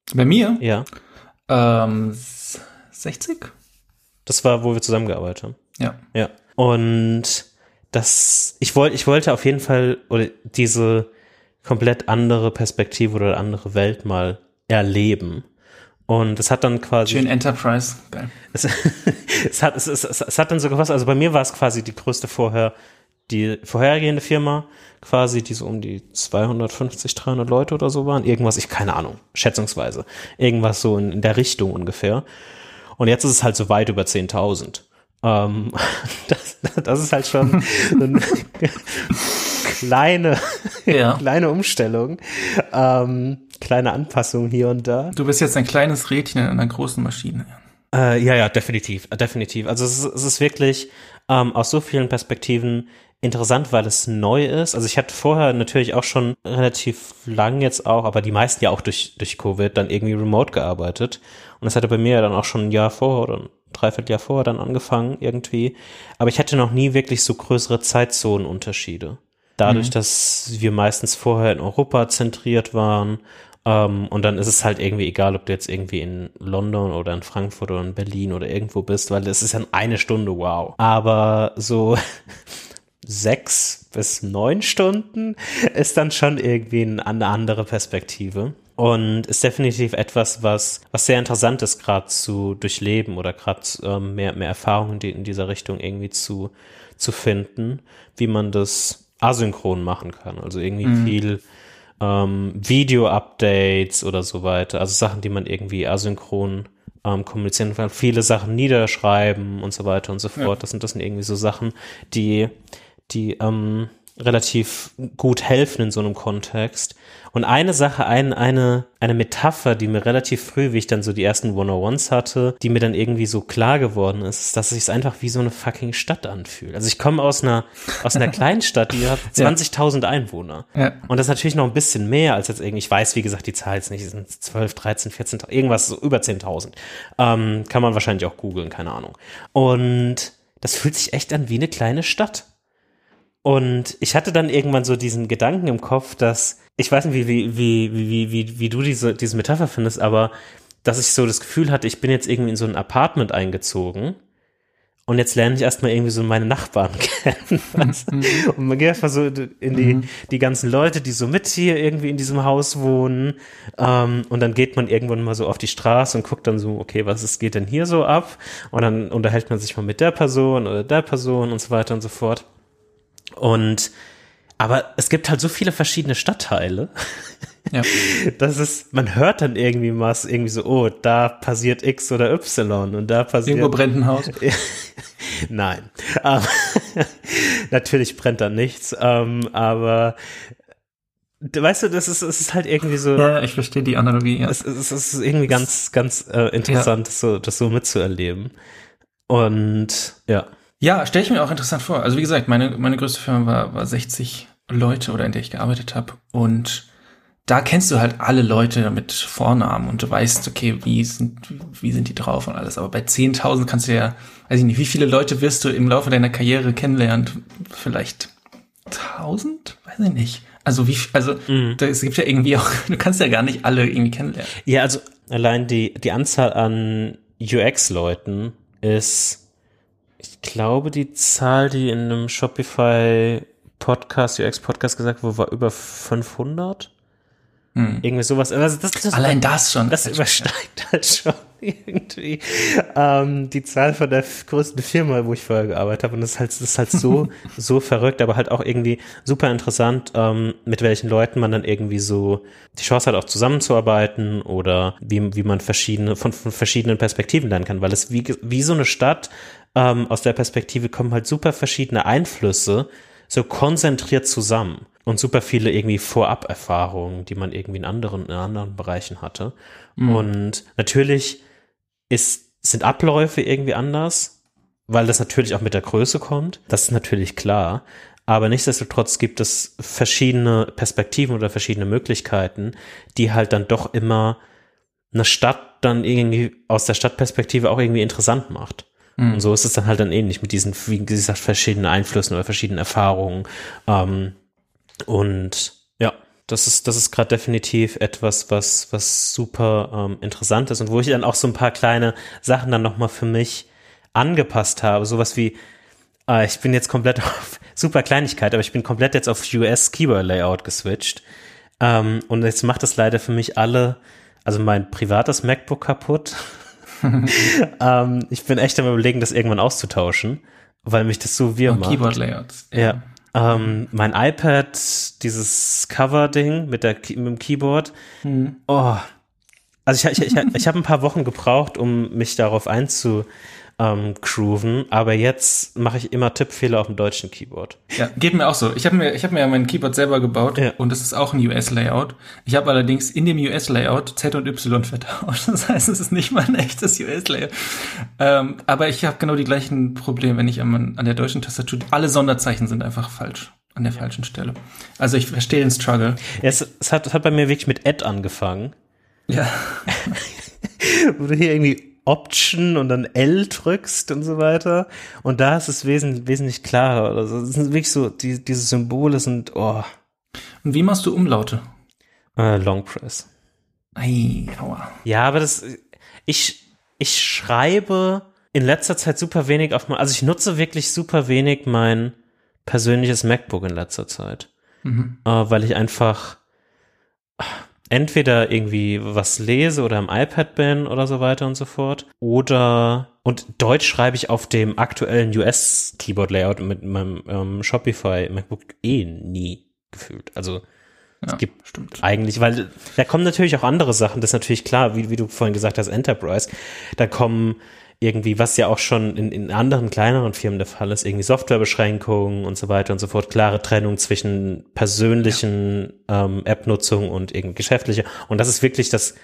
Bei mir? Ja. Ähm, sechzig? Das war, wo wir zusammengearbeitet haben. Ja. Ja. Und das, ich wollte, ich wollte auf jeden Fall oder diese komplett andere Perspektive oder andere Welt mal erleben. Und es hat dann quasi. Schön Enterprise, geil. Es, es, hat, es, es, es hat dann so gefasst, also bei mir war es quasi die größte vorher, die vorhergehende Firma, quasi, die so um die zweihundertfünfzig, dreihundert Leute oder so waren. Irgendwas, ich keine Ahnung, schätzungsweise. Irgendwas so in, in der Richtung ungefähr. Und jetzt ist es halt so weit über zehntausend. Ähm, das, das ist halt schon eine kleine, ja. kleine Umstellung. Ähm, kleine Anpassung hier und da. Du bist jetzt ein kleines Rädchen in einer großen Maschine. Äh, ja, ja, definitiv, definitiv. Also es ist, es ist wirklich ähm, aus so vielen Perspektiven interessant, weil es neu ist. Also ich hatte vorher natürlich auch schon relativ lang jetzt auch, aber die meisten ja auch durch durch Covid dann irgendwie remote gearbeitet. Und das hatte bei mir ja dann auch schon ein Jahr vorher oder ein Dreivierteljahr vorher dann angefangen irgendwie. Aber ich hatte noch nie wirklich so größere Zeitzonenunterschiede. Dadurch, mhm. dass wir meistens vorher in Europa zentriert waren. Um, und dann ist es halt irgendwie egal, ob du jetzt irgendwie in London oder in Frankfurt oder in Berlin oder irgendwo bist, weil das ist ja eine Stunde, wow. Aber so sechs bis neun Stunden ist dann schon irgendwie eine andere Perspektive und ist definitiv etwas, was was sehr interessant ist, gerade zu durchleben oder gerade ähm, mehr mehr Erfahrungen in, in dieser Richtung irgendwie zu zu finden, wie man das asynchron machen kann. Also irgendwie mhm. viel ähm, Video-Updates oder so weiter, also Sachen, die man irgendwie asynchron ähm, kommunizieren kann, viele Sachen niederschreiben und so weiter und so fort. Ja. Das sind das sind irgendwie so Sachen, die die ähm, relativ gut helfen in so einem Kontext. Und eine Sache, ein, eine eine Metapher, die mir relativ früh, wie ich dann so die ersten hunderteins hatte, die mir dann irgendwie so klar geworden ist, ist, dass es sich einfach wie so eine fucking Stadt anfühlt. Also ich komme aus einer aus einer kleinen Stadt, die hat zwanzigtausend Einwohner. Ja. Und das ist natürlich noch ein bisschen mehr als jetzt irgendwie, ich weiß, wie gesagt, die Zahl jetzt nicht, sind zwölf, dreizehn, vierzehn, irgendwas so über zehntausend. Ähm, kann man wahrscheinlich auch googeln, keine Ahnung. Und das fühlt sich echt an wie eine kleine Stadt. Und ich hatte dann irgendwann so diesen Gedanken im Kopf, dass, ich weiß nicht, wie, wie, wie, wie, wie, wie du diese, diese Metapher findest, aber dass ich so das Gefühl hatte, ich bin jetzt irgendwie in so ein Apartment eingezogen und jetzt lerne ich erstmal irgendwie so meine Nachbarn kennen. Weißt du? Und man geht erstmal so in die, mhm. die ganzen Leute, die so mit hier irgendwie in diesem Haus wohnen. Ähm, und dann geht man irgendwann mal so auf die Straße und guckt dann so, okay, was ist, geht denn hier so ab? Und dann unterhält man sich mal mit der Person oder der Person und so weiter und so fort. Und aber es gibt halt so viele verschiedene Stadtteile, ja. dass es, man hört dann irgendwie was, irgendwie so, oh, da passiert X oder Y und da passiert. Irgendwo brennt ein Haus. Nein, aber natürlich brennt da nichts, ähm, aber weißt du, das ist, es ist halt irgendwie so. Ja, ich verstehe die Analogie. Ja. Es, es, es ist irgendwie ganz, ganz äh, interessant, ja. das, so, das so mitzuerleben. Und ja. Ja, stelle ich mir auch interessant vor. Also wie gesagt, meine meine größte Firma war war sechzig Leute oder in der ich gearbeitet habe und da kennst du halt alle Leute mit Vornamen und du weißt, okay, wie sind wie sind die drauf und alles. Aber bei zehntausend kannst du ja, weiß ich nicht, wie viele Leute wirst du im Laufe deiner Karriere kennenlernen? Vielleicht tausend? Weiß ich nicht. Also wie, also mhm. es gibt ja irgendwie auch, du kannst ja gar nicht alle irgendwie kennenlernen. Ja, also allein die die Anzahl an U X-Leuten ist, ich glaube, die Zahl, die in einem Shopify-Podcast, U X-Podcast gesagt wurde, war über fünfhundert. Hm. Irgendwie sowas. Also das, das, Allein das schon. Das übersteigt halt schon irgendwie ähm, die Zahl von der größten Firma, wo ich vorher gearbeitet habe. Und das ist halt, das ist halt so, so verrückt, aber halt auch irgendwie super interessant, ähm, mit welchen Leuten man dann irgendwie so die Chance hat, auch zusammenzuarbeiten oder wie, wie man verschiedene, von, von verschiedenen Perspektiven lernen kann. Weil es wie, wie so eine Stadt, ähm, aus der Perspektive kommen halt super verschiedene Einflüsse so konzentriert zusammen. Und super viele irgendwie Vorab-Erfahrungen, die man irgendwie in anderen, in anderen Bereichen hatte. Mhm. Und natürlich ist, sind Abläufe irgendwie anders, weil das natürlich auch mit der Größe kommt. Das ist natürlich klar. Aber nichtsdestotrotz gibt es verschiedene Perspektiven oder verschiedene Möglichkeiten, die halt dann doch immer eine Stadt dann irgendwie aus der Stadtperspektive auch irgendwie interessant macht. Mhm. Und so ist es dann halt dann ähnlich mit diesen, wie gesagt, verschiedenen Einflüssen oder verschiedenen Erfahrungen. Ähm, Und ja. Das ist, das ist gerade definitiv etwas, was, was super ähm, interessant ist und wo ich dann auch so ein paar kleine Sachen dann nochmal für mich angepasst habe. Sowas wie, äh, ich bin jetzt komplett auf, super Kleinigkeit, aber ich bin komplett jetzt auf U S Keyboard Layout geswitcht. Ähm, und jetzt macht das leider für mich alle, also mein privates MacBook kaputt. ähm, ich bin echt am Überlegen, das irgendwann auszutauschen, weil mich das so wirr oh, macht. Keyboard Layouts. Ja. Ähm, mein iPad, dieses Cover-Ding mit, der, mit dem Keyboard. Mhm. Oh. Also ich, ich, ich, ich habe ein paar Wochen gebraucht, um mich darauf einzu ähm, grooven, aber jetzt mache ich immer Tippfehler auf dem deutschen Keyboard. Ja, geht mir auch so. Ich habe mir, ich habe mir ja mein Keyboard selber gebaut ja. und das ist auch ein U S-Layout. Ich habe allerdings in dem U S-Layout Z und Y vertauscht. Das heißt, es ist nicht mal ein echtes U S-Layout. Ähm, aber ich habe genau die gleichen Probleme, wenn ich an, an der deutschen Tastatur, alle Sonderzeichen sind einfach falsch. An der ja. falschen Stelle. Also ich verstehe den Struggle. Ja, es, es, hat, es hat bei mir wirklich mit Add angefangen. Ja. Wo du hier irgendwie Option und dann L drückst und so weiter. Und da ist es wesentlich, wesentlich klarer. Also es sind wirklich so, die, diese Symbole sind, oh. Und wie machst du Umlaute? Äh, Long Press. Ei, aua. Ja, aber das, ich, ich schreibe in letzter Zeit super wenig auf mein, also ich nutze wirklich super wenig mein persönliches MacBook in letzter Zeit. Mhm. Äh, weil ich einfach entweder irgendwie was lese oder am iPad bin oder so weiter und so fort. Oder, und Deutsch schreibe ich auf dem aktuellen U S-Keyboard-Layout mit meinem ähm, Shopify MacBook eh nie gefühlt. Also es ja, gibt stimmt. eigentlich, weil da kommen natürlich auch andere Sachen, das ist natürlich klar, wie, wie du vorhin gesagt hast, Enterprise, da kommen irgendwie, was ja auch schon in, in anderen kleineren Firmen der Fall ist, irgendwie Softwarebeschränkungen und so weiter und so fort, klare Trennung zwischen persönlichen ja. ähm, App-Nutzung und irgendwie geschäftlicher. Und das ist wirklich das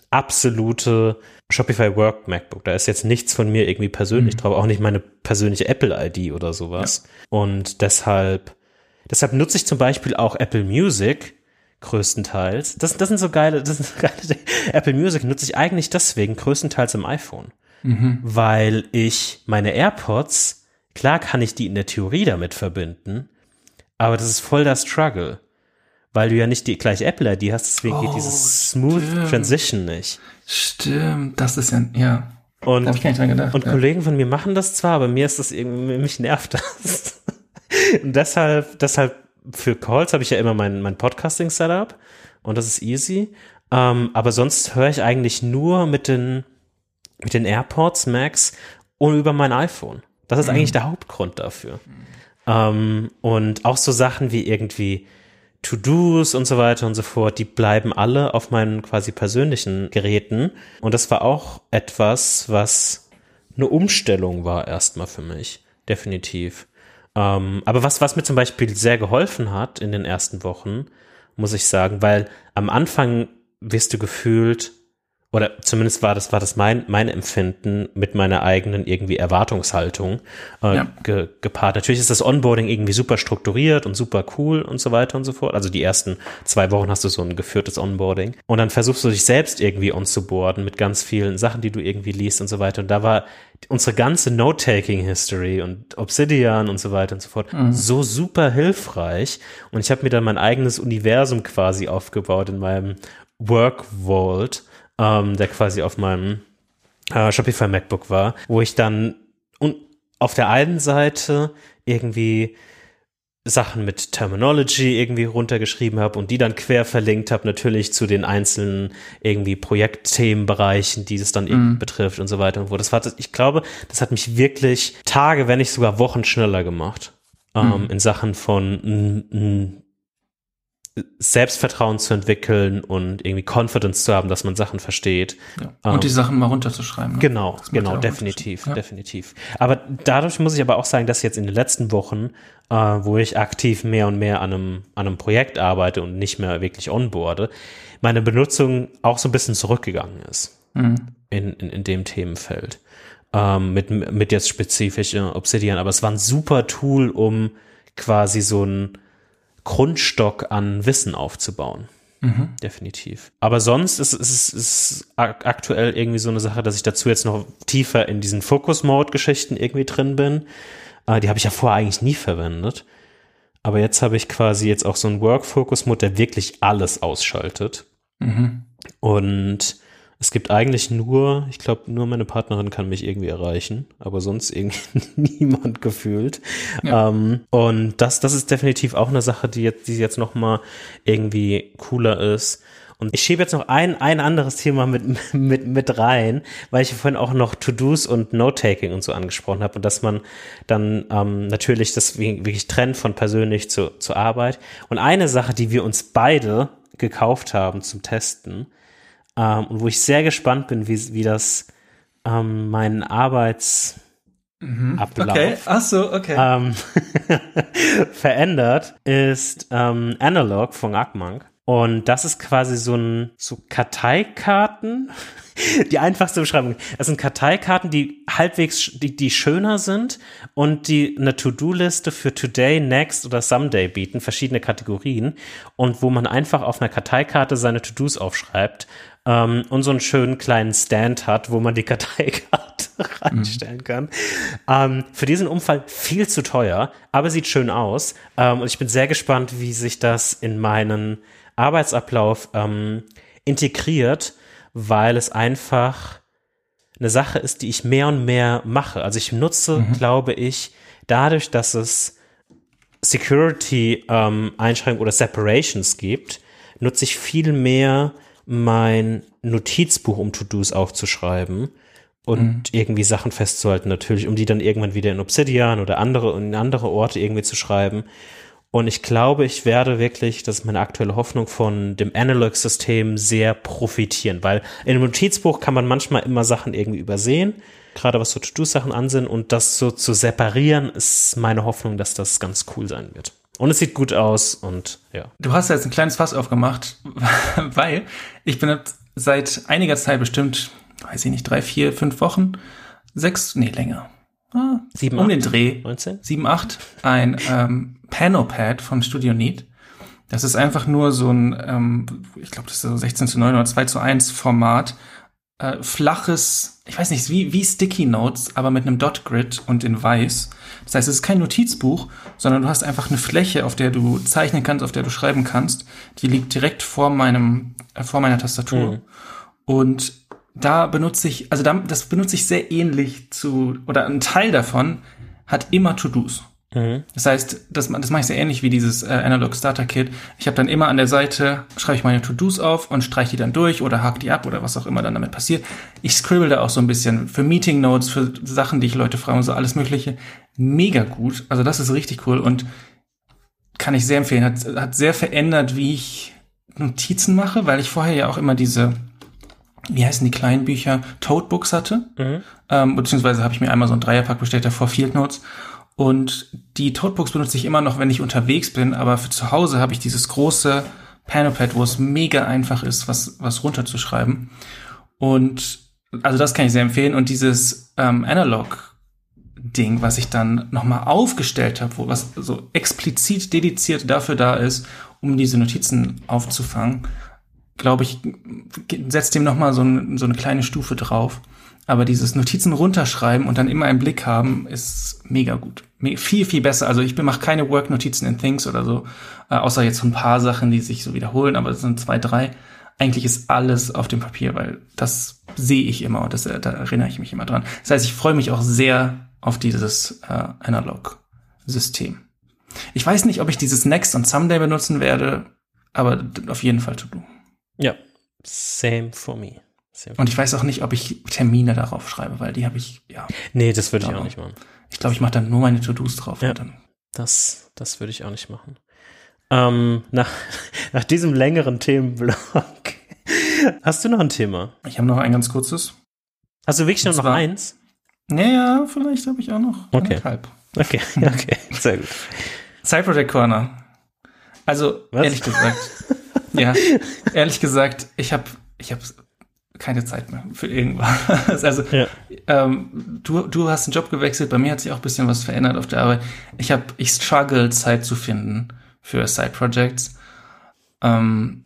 absolute Shopify Work MacBook. Da ist jetzt nichts von mir irgendwie persönlich mhm. drauf, auch nicht meine persönliche Apple-I D oder sowas. Ja. Und deshalb, deshalb nutze ich zum Beispiel auch Apple Music größtenteils. Das, das sind so geile, das sind so geile Apple Music nutze ich eigentlich deswegen größtenteils im iPhone. Mhm. Weil ich meine AirPods, klar kann ich die in der Theorie damit verbinden, aber das ist voll der Struggle, weil du ja nicht die gleiche Apple-I D hast, deswegen oh, geht dieses Smooth stimmt. Transition nicht. Stimmt, das ist ja, ja. Und, da hab ich gar nicht dran gedacht. Und ja. Kollegen von mir machen das zwar, aber mir ist das irgendwie, mich nervt das. Und deshalb, deshalb für Calls habe ich ja immer mein, mein Podcasting-Setup und das ist easy, ähm, aber sonst höre ich eigentlich nur mit den mit den AirPods Max und über mein iPhone. Das ist mhm. eigentlich der Hauptgrund dafür. Mhm. Ähm, und auch so Sachen wie irgendwie To-Dos und so weiter und so fort, die bleiben alle auf meinen quasi persönlichen Geräten. Und das war auch etwas, was eine Umstellung war erstmal für mich. Definitiv. Ähm, aber was, was mir zum Beispiel sehr geholfen hat in den ersten Wochen, muss ich sagen, weil am Anfang wirst du gefühlt, oder zumindest war das, war das mein, mein Empfinden mit meiner eigenen irgendwie Erwartungshaltung äh, ja. ge, gepaart. Natürlich ist das Onboarding irgendwie super strukturiert und super cool und so weiter und so fort. Also die ersten zwei Wochen hast du so ein geführtes Onboarding. Und dann versuchst du dich selbst irgendwie onzuboarden mit ganz vielen Sachen, die du irgendwie liest und so weiter. Und da war unsere ganze Note-Taking-History und Obsidian und so weiter und so fort mhm. so super hilfreich. Und ich habe mir dann mein eigenes Universum quasi aufgebaut in meinem Work Vault, Um, der quasi auf meinem äh, Shopify MacBook war, wo ich dann und auf der einen Seite irgendwie Sachen mit Terminology irgendwie runtergeschrieben habe und die dann quer verlinkt habe, natürlich zu den einzelnen irgendwie Projektthemenbereichen, die es dann mm. eben betrifft und so weiter und wo. Das war, ich glaube, das hat mich wirklich Tage, wenn nicht sogar Wochen schneller gemacht, ähm, mm. in Sachen von n, n, Selbstvertrauen zu entwickeln und irgendwie Confidence zu haben, dass man Sachen versteht. Ja. Und ähm, die Sachen mal runterzuschreiben. Ne? Genau, genau, definitiv, ja. definitiv. Aber dadurch muss ich aber auch sagen, dass jetzt in den letzten Wochen, äh, wo ich aktiv mehr und mehr an einem, an einem Projekt arbeite und nicht mehr wirklich onboarde, meine Benutzung auch so ein bisschen zurückgegangen ist mhm. in, in, in dem Themenfeld. Ähm, mit, mit jetzt spezifisch äh, Obsidian. Aber es war ein super Tool, um quasi so ein Grundstock an Wissen aufzubauen. Mhm. Definitiv. Aber sonst ist es ist, ist aktuell irgendwie so eine Sache, dass ich dazu jetzt noch tiefer in diesen Focus-Mode-Geschichten irgendwie drin bin. Äh, die habe ich ja vorher eigentlich nie verwendet. Aber jetzt habe ich quasi jetzt auch so einen Work-Focus-Mode, der wirklich alles ausschaltet. Mhm. Und es gibt eigentlich nur, ich glaube, nur meine Partnerin kann mich irgendwie erreichen, aber sonst irgendwie niemand gefühlt. Ja. Ähm, und das, das ist definitiv auch eine Sache, die jetzt, die jetzt nochmal irgendwie cooler ist. Und ich schiebe jetzt noch ein, ein anderes Thema mit, mit, mit rein, weil ich vorhin auch noch To-Dos und Note-Taking und so angesprochen habe und dass man dann ähm, natürlich das wirklich trennt von persönlich zu, zur Arbeit. Und eine Sache, die wir uns beide gekauft haben zum Testen, ähm, und wo ich sehr gespannt bin, wie, wie das ähm, meinen Arbeitsablauf mhm. okay. Ach so, okay. ähm, verändert, ist ähm, Analog von Arcmonk. Und das ist quasi so ein, so Karteikarten, die einfachste Beschreibung. Das sind Karteikarten, die halbwegs, die, die schöner sind und die eine To-Do-Liste für Today, Next oder Someday bieten, verschiedene Kategorien und wo man einfach auf einer Karteikarte seine To-Dos aufschreibt ähm, und so einen schönen kleinen Stand hat, wo man die Karteikarte reinstellen kann. Ähm, für diesen Umfall viel zu teuer, aber sieht schön aus. Ähm, und ich bin sehr gespannt, wie sich das in meinen Arbeitsablauf ähm, integriert, weil es einfach eine Sache ist, die ich mehr und mehr mache. Also ich nutze, mhm. glaube ich, dadurch, dass es Security-Einschränkungen ähm, oder Separations gibt, nutze ich viel mehr mein Notizbuch, um To-Dos aufzuschreiben und mhm. irgendwie Sachen festzuhalten, natürlich, um die dann irgendwann wieder in Obsidian oder andere in andere Orte irgendwie zu schreiben. Und ich glaube, ich werde wirklich, das ist meine aktuelle Hoffnung, von dem Analog-System sehr profitieren, weil in einem Notizbuch kann man manchmal immer Sachen irgendwie übersehen, gerade was so To-Do-Sachen an sind, und das so zu separieren, ist meine Hoffnung, dass das ganz cool sein wird. Und es sieht gut aus und ja. Du hast ja jetzt ein kleines Fass aufgemacht, weil ich bin seit einiger Zeit bestimmt, weiß ich nicht, drei, vier, fünf Wochen, sechs, nee, länger. Ah, sieben, um acht, den Dreh, neunzehn? sieben, acht, ein ähm, Panopad von Studio Neat. Das ist einfach nur so ein, ähm, ich glaube, das ist so sechzehn zu neun oder zwei zu eins Format, äh, flaches, ich weiß nicht, wie, wie Sticky Notes, aber mit einem Dot Grid und in weiß. Das heißt, es ist kein Notizbuch, sondern du hast einfach eine Fläche, auf der du zeichnen kannst, auf der du schreiben kannst. Die liegt direkt vor meinem, äh, vor meiner Tastatur. Mhm. Und da benutze ich, also da, das benutze ich sehr ähnlich zu, oder ein Teil davon hat immer To-Dos. Mhm. Das heißt, das, das mache ich sehr ähnlich wie dieses äh, Analog Starter Kit. Ich habe dann immer an der Seite, schreibe ich meine To-Dos auf und streiche die dann durch oder hake die ab oder was auch immer dann damit passiert. Ich scribble da auch so ein bisschen für Meeting Notes, für Sachen, die ich Leute frage und so, alles Mögliche. Mega gut. Also das ist richtig cool und kann ich sehr empfehlen. Hat, hat sehr verändert, wie ich Notizen mache, weil ich vorher ja auch immer diese, wie heißen die kleinen Bücher, Totebooks hatte. Mhm. Ähm, beziehungsweise habe ich mir einmal so ein Dreierpack bestellt, davor Field Notes. Und die Totebooks benutze ich immer noch, wenn ich unterwegs bin, aber für zu Hause habe ich dieses große Panopad, wo es mega einfach ist, was was runterzuschreiben. Und also das kann ich sehr empfehlen. Und dieses ähm, Analog-Ding, was ich dann nochmal aufgestellt habe, wo was so explizit dediziert dafür da ist, um diese Notizen aufzufangen, glaube ich, setzt dem nochmal so, ein, so eine kleine Stufe drauf. Aber dieses Notizen runterschreiben und dann immer im Blick haben, ist mega gut. Viel, viel besser. Also ich mache keine Work-Notizen in Things oder so, äh, außer jetzt so ein paar Sachen, die sich so wiederholen, aber es sind zwei, drei. Eigentlich ist alles auf dem Papier, weil das sehe ich immer und das, da erinnere ich mich immer dran. Das heißt, ich freue mich auch sehr auf dieses äh, Analog-System. Ich weiß nicht, ob ich dieses Next und Someday benutzen werde, aber auf jeden Fall To-Do. Ja, same for me. Und ich weiß auch nicht, ob ich Termine darauf schreibe, weil die habe ich, ja. Nee, das würde ich auch nicht machen. Ich glaube, ich mache dann nur meine To-Dos drauf. Ja, und dann das, das würde ich auch nicht machen. Ähm, nach, nach diesem längeren Themenblock, hast du noch ein Thema? Ich habe noch ein ganz kurzes. Hast du wirklich nur noch eins? Naja, vielleicht habe ich auch noch okay. anderthalb. Okay, okay, sehr gut. Side Project Corner. Also, Was? ehrlich gesagt, ja, ehrlich gesagt, ich habe, ich habe keine Zeit mehr für irgendwas. Also ja. ähm, du du hast einen Job gewechselt, bei mir hat sich auch ein bisschen was verändert auf der Arbeit. Ich habe ich struggle Zeit zu finden für Side Projects. Ähm,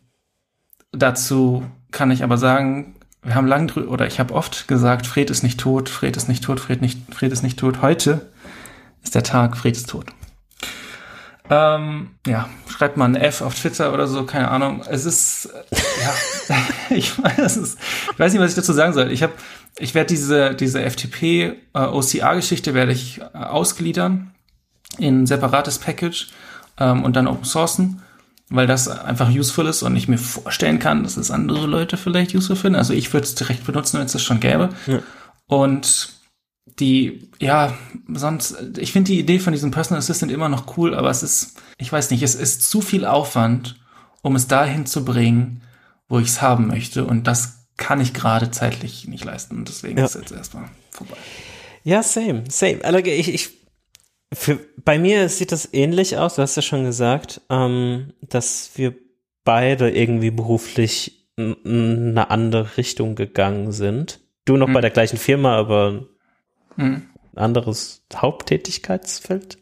dazu kann ich aber sagen, wir haben lang drüber, oder ich habe oft gesagt, Fred ist nicht tot, Fred ist nicht tot, Fred nicht Fred ist nicht tot. Heute ist der Tag, Fred ist tot. Ähm, ja, schreibt mal ein F auf Twitter oder so, keine Ahnung. Es ist, ja, schreibt mal ein F auf Twitter oder so, keine Ahnung. Es ist, äh, ja, ich weiß, es ist, ich weiß nicht, was ich dazu sagen soll. Ich habe, ich werde diese, diese F T P äh, O C R-Geschichte werde ich äh, ausgliedern in ein separates Package ähm, und dann open sourcen, weil das einfach useful ist und ich mir vorstellen kann, dass es andere Leute vielleicht useful finden. Also ich würde es direkt benutzen, wenn es das schon gäbe. Ja. Und die, ja, sonst, ich finde die Idee von diesem Personal Assistant immer noch cool, aber es ist, ich weiß nicht, es ist zu viel Aufwand, um es dahin zu bringen, wo ich es haben möchte. Und das kann ich gerade zeitlich nicht leisten. Und deswegen ja. ist es jetzt erstmal vorbei. Ja, same, same. Also ich, ich, für, bei mir sieht das ähnlich aus. Du hast ja schon gesagt, ähm, dass wir beide irgendwie beruflich in eine andere Richtung gegangen sind. Du noch hm. bei der gleichen Firma, aber Hm. anderes Haupttätigkeitsfeld.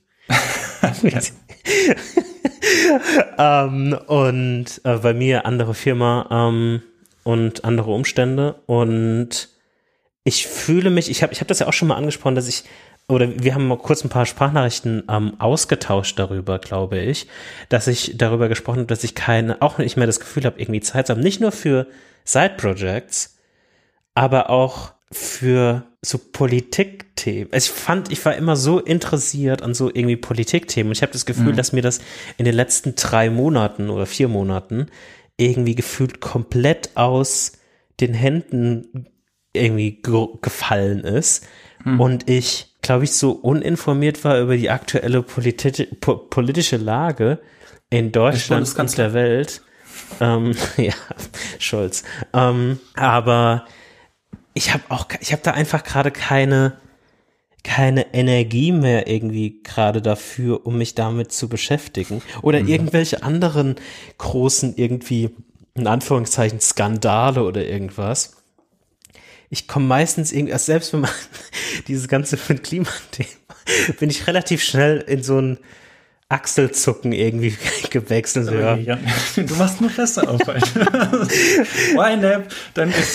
ähm, und äh, bei mir andere Firma ähm, und andere Umstände. Und ich fühle mich, ich habe ich hab das ja auch schon mal angesprochen, dass ich, oder wir haben mal kurz ein paar Sprachnachrichten ähm, ausgetauscht darüber, glaube ich, dass ich darüber gesprochen habe, dass ich keine, auch nicht mehr das Gefühl habe, irgendwie Zeit zu haben, nicht nur für Side-Projects, aber auch für so Politikthemen. Also ich fand, ich war immer so interessiert an so irgendwie Politikthemen und ich habe das Gefühl, mhm. dass mir das in den letzten drei Monaten oder vier Monaten irgendwie gefühlt komplett aus den Händen irgendwie ge- gefallen ist mhm. und ich, glaube ich, so uninformiert war über die aktuelle politi- po- politische Lage in Deutschland und der Welt. Ähm, ja, Scholz. Ähm, aber ich habe auch, ich habe da einfach gerade keine, keine Energie mehr irgendwie gerade dafür, um mich damit zu beschäftigen. Oder mhm. irgendwelche anderen großen irgendwie, in Anführungszeichen, Skandale oder irgendwas. Ich komme meistens irgendwie, also selbst wenn man dieses ganze Klimathema, bin ich relativ schnell in so ein Achselzucken irgendwie gewechselt. So, ja. Ja. Du machst nur Feste auf heute. Y-Nap, dann ist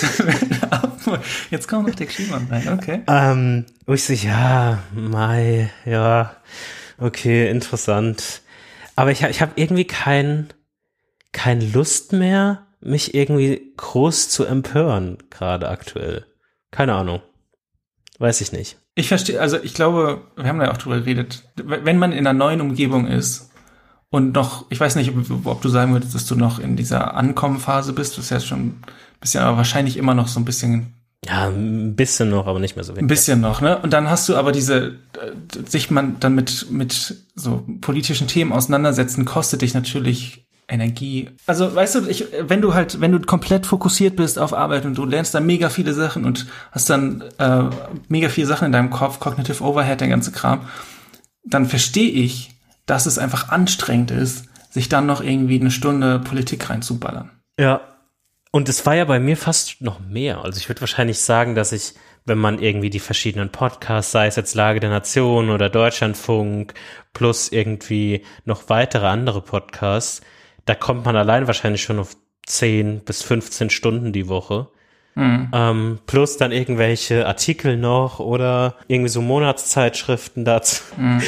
jetzt kommt noch der Klima rein, okay. Ähm, wo ich so, ja, Mai, ja, okay, interessant. Aber ich, ich habe irgendwie kein, keine Lust mehr, mich irgendwie groß zu empören, gerade aktuell. Keine Ahnung. Weiß ich nicht. Ich verstehe, also ich glaube, wir haben da auch drüber geredet, wenn man in einer neuen Umgebung ist und noch, ich weiß nicht, ob, ob du sagen würdest, dass du noch in dieser Ankommenphase bist, du bist ja schon ein bisschen, aber wahrscheinlich immer noch so ein bisschen. Ja, ein bisschen noch, aber nicht mehr so wenig. Ein bisschen noch, ne? Und dann hast du aber diese, sich man dann mit, mit so politischen Themen auseinandersetzen, kostet dich natürlich Energie. Also, weißt du, ich, wenn du halt, wenn du komplett fokussiert bist auf Arbeit und du lernst dann mega viele Sachen und hast dann äh, mega viele Sachen in deinem Kopf, Cognitive Overhead, der ganze Kram, dann verstehe ich, dass es einfach anstrengend ist, sich dann noch irgendwie eine Stunde Politik reinzuballern. Ja. Und es war ja bei mir fast noch mehr. Also ich würde wahrscheinlich sagen, dass ich, wenn man irgendwie die verschiedenen Podcasts, sei es jetzt Lage der Nation oder Deutschlandfunk, plus irgendwie noch weitere andere Podcasts, da kommt man allein wahrscheinlich schon auf zehn bis fünfzehn Stunden die Woche. Mhm. Ähm, plus dann irgendwelche Artikel noch oder irgendwie so Monatszeitschriften dazu. Mhm.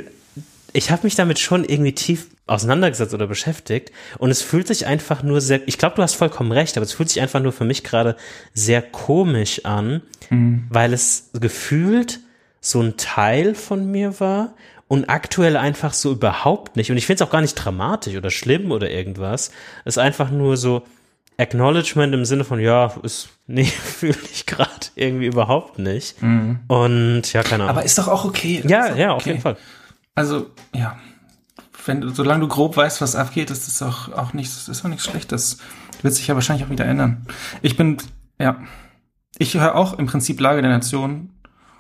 Ich habe mich damit schon irgendwie tief auseinandergesetzt oder beschäftigt und es fühlt sich einfach nur sehr, ich glaube, du hast vollkommen recht, aber es fühlt sich einfach nur für mich gerade sehr komisch an, mhm. weil es gefühlt so ein Teil von mir war und aktuell einfach so überhaupt nicht. Und ich finde es auch gar nicht dramatisch oder schlimm oder irgendwas. Es ist einfach nur so Acknowledgement im Sinne von, ja, ist, nee, fühle ich gerade irgendwie überhaupt nicht. Mhm. Und ja, keine Ahnung. Aber ist doch auch okay. Ja, auch ja, okay. Auf jeden Fall. Also, ja. Wenn du, solange du grob weißt, was abgeht, ist das auch, auch nichts, ist auch nichts Schlechtes. Das wird sich ja wahrscheinlich auch wieder ändern. Ich bin, ja. Ich höre auch im Prinzip Lage der Nation.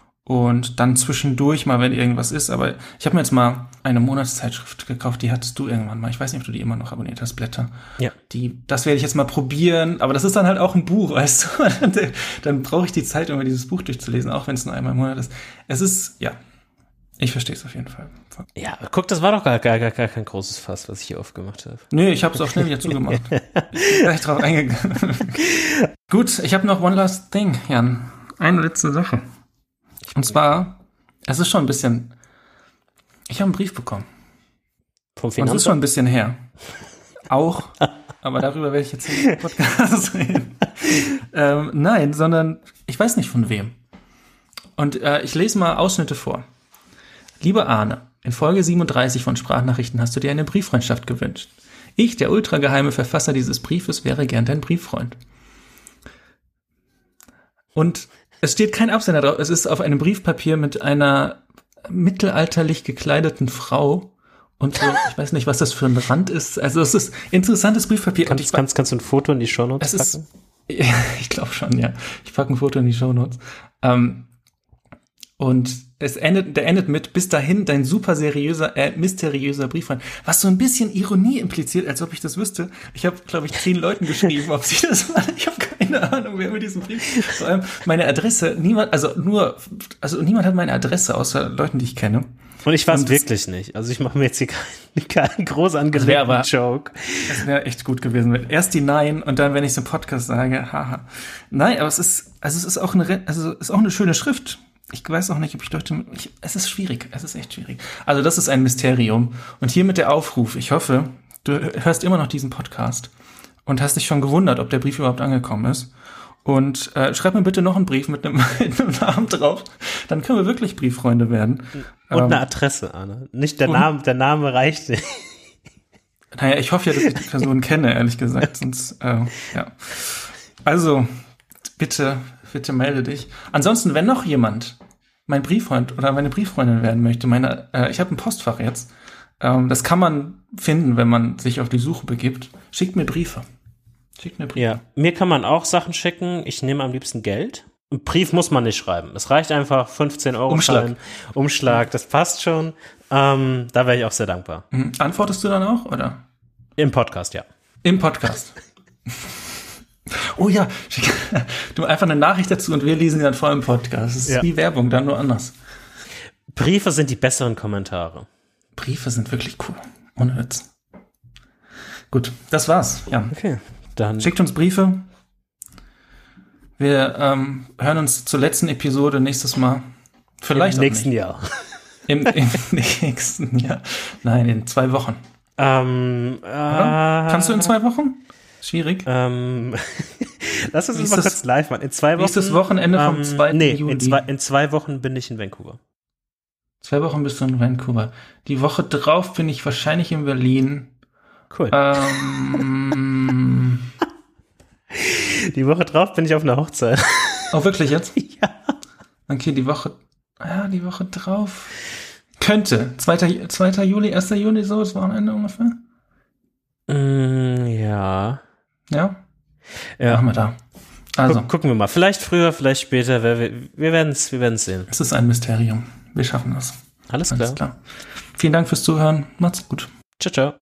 Und dann zwischendurch mal, wenn irgendwas ist. Aber ich habe mir jetzt mal eine Monatszeitschrift gekauft, die hattest du irgendwann mal. Ich weiß nicht, ob du die immer noch abonniert hast, Blätter. Ja. Die, das werde ich jetzt mal probieren. Aber das ist dann halt auch ein Buch, weißt du. dann dann brauche ich die Zeit, um dieses Buch durchzulesen, auch wenn es nur einmal im Monat ist. Es ist, ja, ich verstehe es auf jeden Fall. Ja, guck, das war doch gar, gar, gar kein großes Fass, was ich hier aufgemacht habe. Nö, ich habe es auch schnell wieder zugemacht. Ich bin gleich drauf eingegangen. Gut, ich habe noch one last thing, Jan. Eine letzte Sache. Und zwar, es ist schon ein bisschen, ich habe einen Brief bekommen. Vom Und Finanzamt? das ist schon ein bisschen her. Auch, aber darüber werde ich jetzt nicht im Podcast reden. ähm, nein, sondern ich weiß nicht von wem. Und äh, ich lese mal Ausschnitte vor. Lieber Arne, in Folge siebenunddreißig von Sprachnachrichten hast du dir eine Brieffreundschaft gewünscht. Ich, der ultrageheime Verfasser dieses Briefes, wäre gern dein Brieffreund. Und es steht kein Absender drauf. Es ist auf einem Briefpapier mit einer mittelalterlich gekleideten Frau. Und so, ich weiß nicht, was das für ein Rand ist. Also es ist interessantes Briefpapier. Kannst, und ich, kannst, kannst du ein Foto in die Shownotes es packen? Ist, ja, ich glaube schon, ja. Ich packe ein Foto in die Shownotes. Ähm, und es endet, der endet mit, bis dahin dein super seriöser, äh, mysteriöser Brieffreund. Was so ein bisschen Ironie impliziert, als ob ich das wüsste. Ich habe, glaube ich, zehn Leuten geschrieben, ob sie das waren. Ich habe keine Ahnung, wer mit diesem Brief. Vor allem meine Adresse, niemand, also nur, also niemand hat meine Adresse, außer Leuten, die ich kenne. Und ich weiß wirklich nicht. Also ich mache mir jetzt hier keinen, keinen groß angelegten Joke. Das wäre echt gut gewesen. Erst die Nein und dann, wenn ich es im Podcast sage, haha. Nein, aber es ist, also es ist auch eine, also es ist auch eine schöne Schrift. Ich weiß auch nicht, ob ich durch den, ich, es ist schwierig, es ist echt schwierig. Also das ist ein Mysterium. Und hiermit der Aufruf. Ich hoffe, du hörst immer noch diesen Podcast und hast dich schon gewundert, ob der Brief überhaupt angekommen ist. Und äh, schreib mir bitte noch einen Brief mit einem, mit einem Namen drauf. Dann können wir wirklich Brieffreunde werden. Und ähm, eine Adresse, Anne. Nicht der Name, der Name reicht nicht. Naja, ich hoffe ja, dass ich die Person kenne, ehrlich gesagt. Sonst, äh, ja. Also, bitte, bitte melde dich. Ansonsten, wenn noch jemand mein Brieffreund oder meine Brieffreundin werden möchte, meine, äh, ich habe ein Postfach jetzt. Ähm, das kann man finden, wenn man sich auf die Suche begibt. Schickt mir Briefe. Schickt mir Briefe. Ja, mir kann man auch Sachen schicken. Ich nehme am liebsten Geld. Einen Brief muss man nicht schreiben. Es reicht einfach fünfzehn Euro. Umschlag. Umschlag, das passt schon. Ähm, da wäre ich auch sehr dankbar. Mhm. Antwortest du dann auch, oder? Im Podcast, ja. Im Podcast. Oh ja, schick du einfach eine Nachricht dazu und wir lesen sie dann vor im Podcast. Das ist Ja. wie Werbung, dann nur anders. Briefe sind die besseren Kommentare. Briefe sind wirklich cool. Ohne Witz. Gut, das war's. Ja. Okay, dann. Schickt uns Briefe. Wir ähm, hören uns zur letzten Episode nächstes Mal. Vielleicht Im auch nächsten nicht. Jahr. Im, Im nächsten Jahr. Nein, in zwei Wochen. Ähm, Oder? äh, Kannst du in zwei Wochen? Schwierig. Ähm, lass uns Wie das ist mal das- kurz live machen. In zwei Wochen. Wie ist das Wochenende vom ähm, zweiten Nee, Juli? in zwei, in zwei Wochen bin ich in Vancouver. Zwei Wochen bist du in Vancouver. Die Woche drauf bin ich wahrscheinlich in Berlin. Cool. Ähm, Die Woche drauf bin ich auf einer Hochzeit. oh, wirklich jetzt? Ja. Okay, die Woche, ja, die Woche drauf. Könnte. zweiter Juli, erster Juli, so, das Wochenende ungefähr? Mm, ja. Ja? Ja. Machen wir da. Also, Guck, gucken wir mal. Vielleicht früher, vielleicht später. Wir, wir, wir werden es wir werden's sehen. es ist ein Mysterium. Wir schaffen das. Alles klar. Alles klar. Vielen Dank fürs Zuhören. Macht's gut. Ciao, ciao.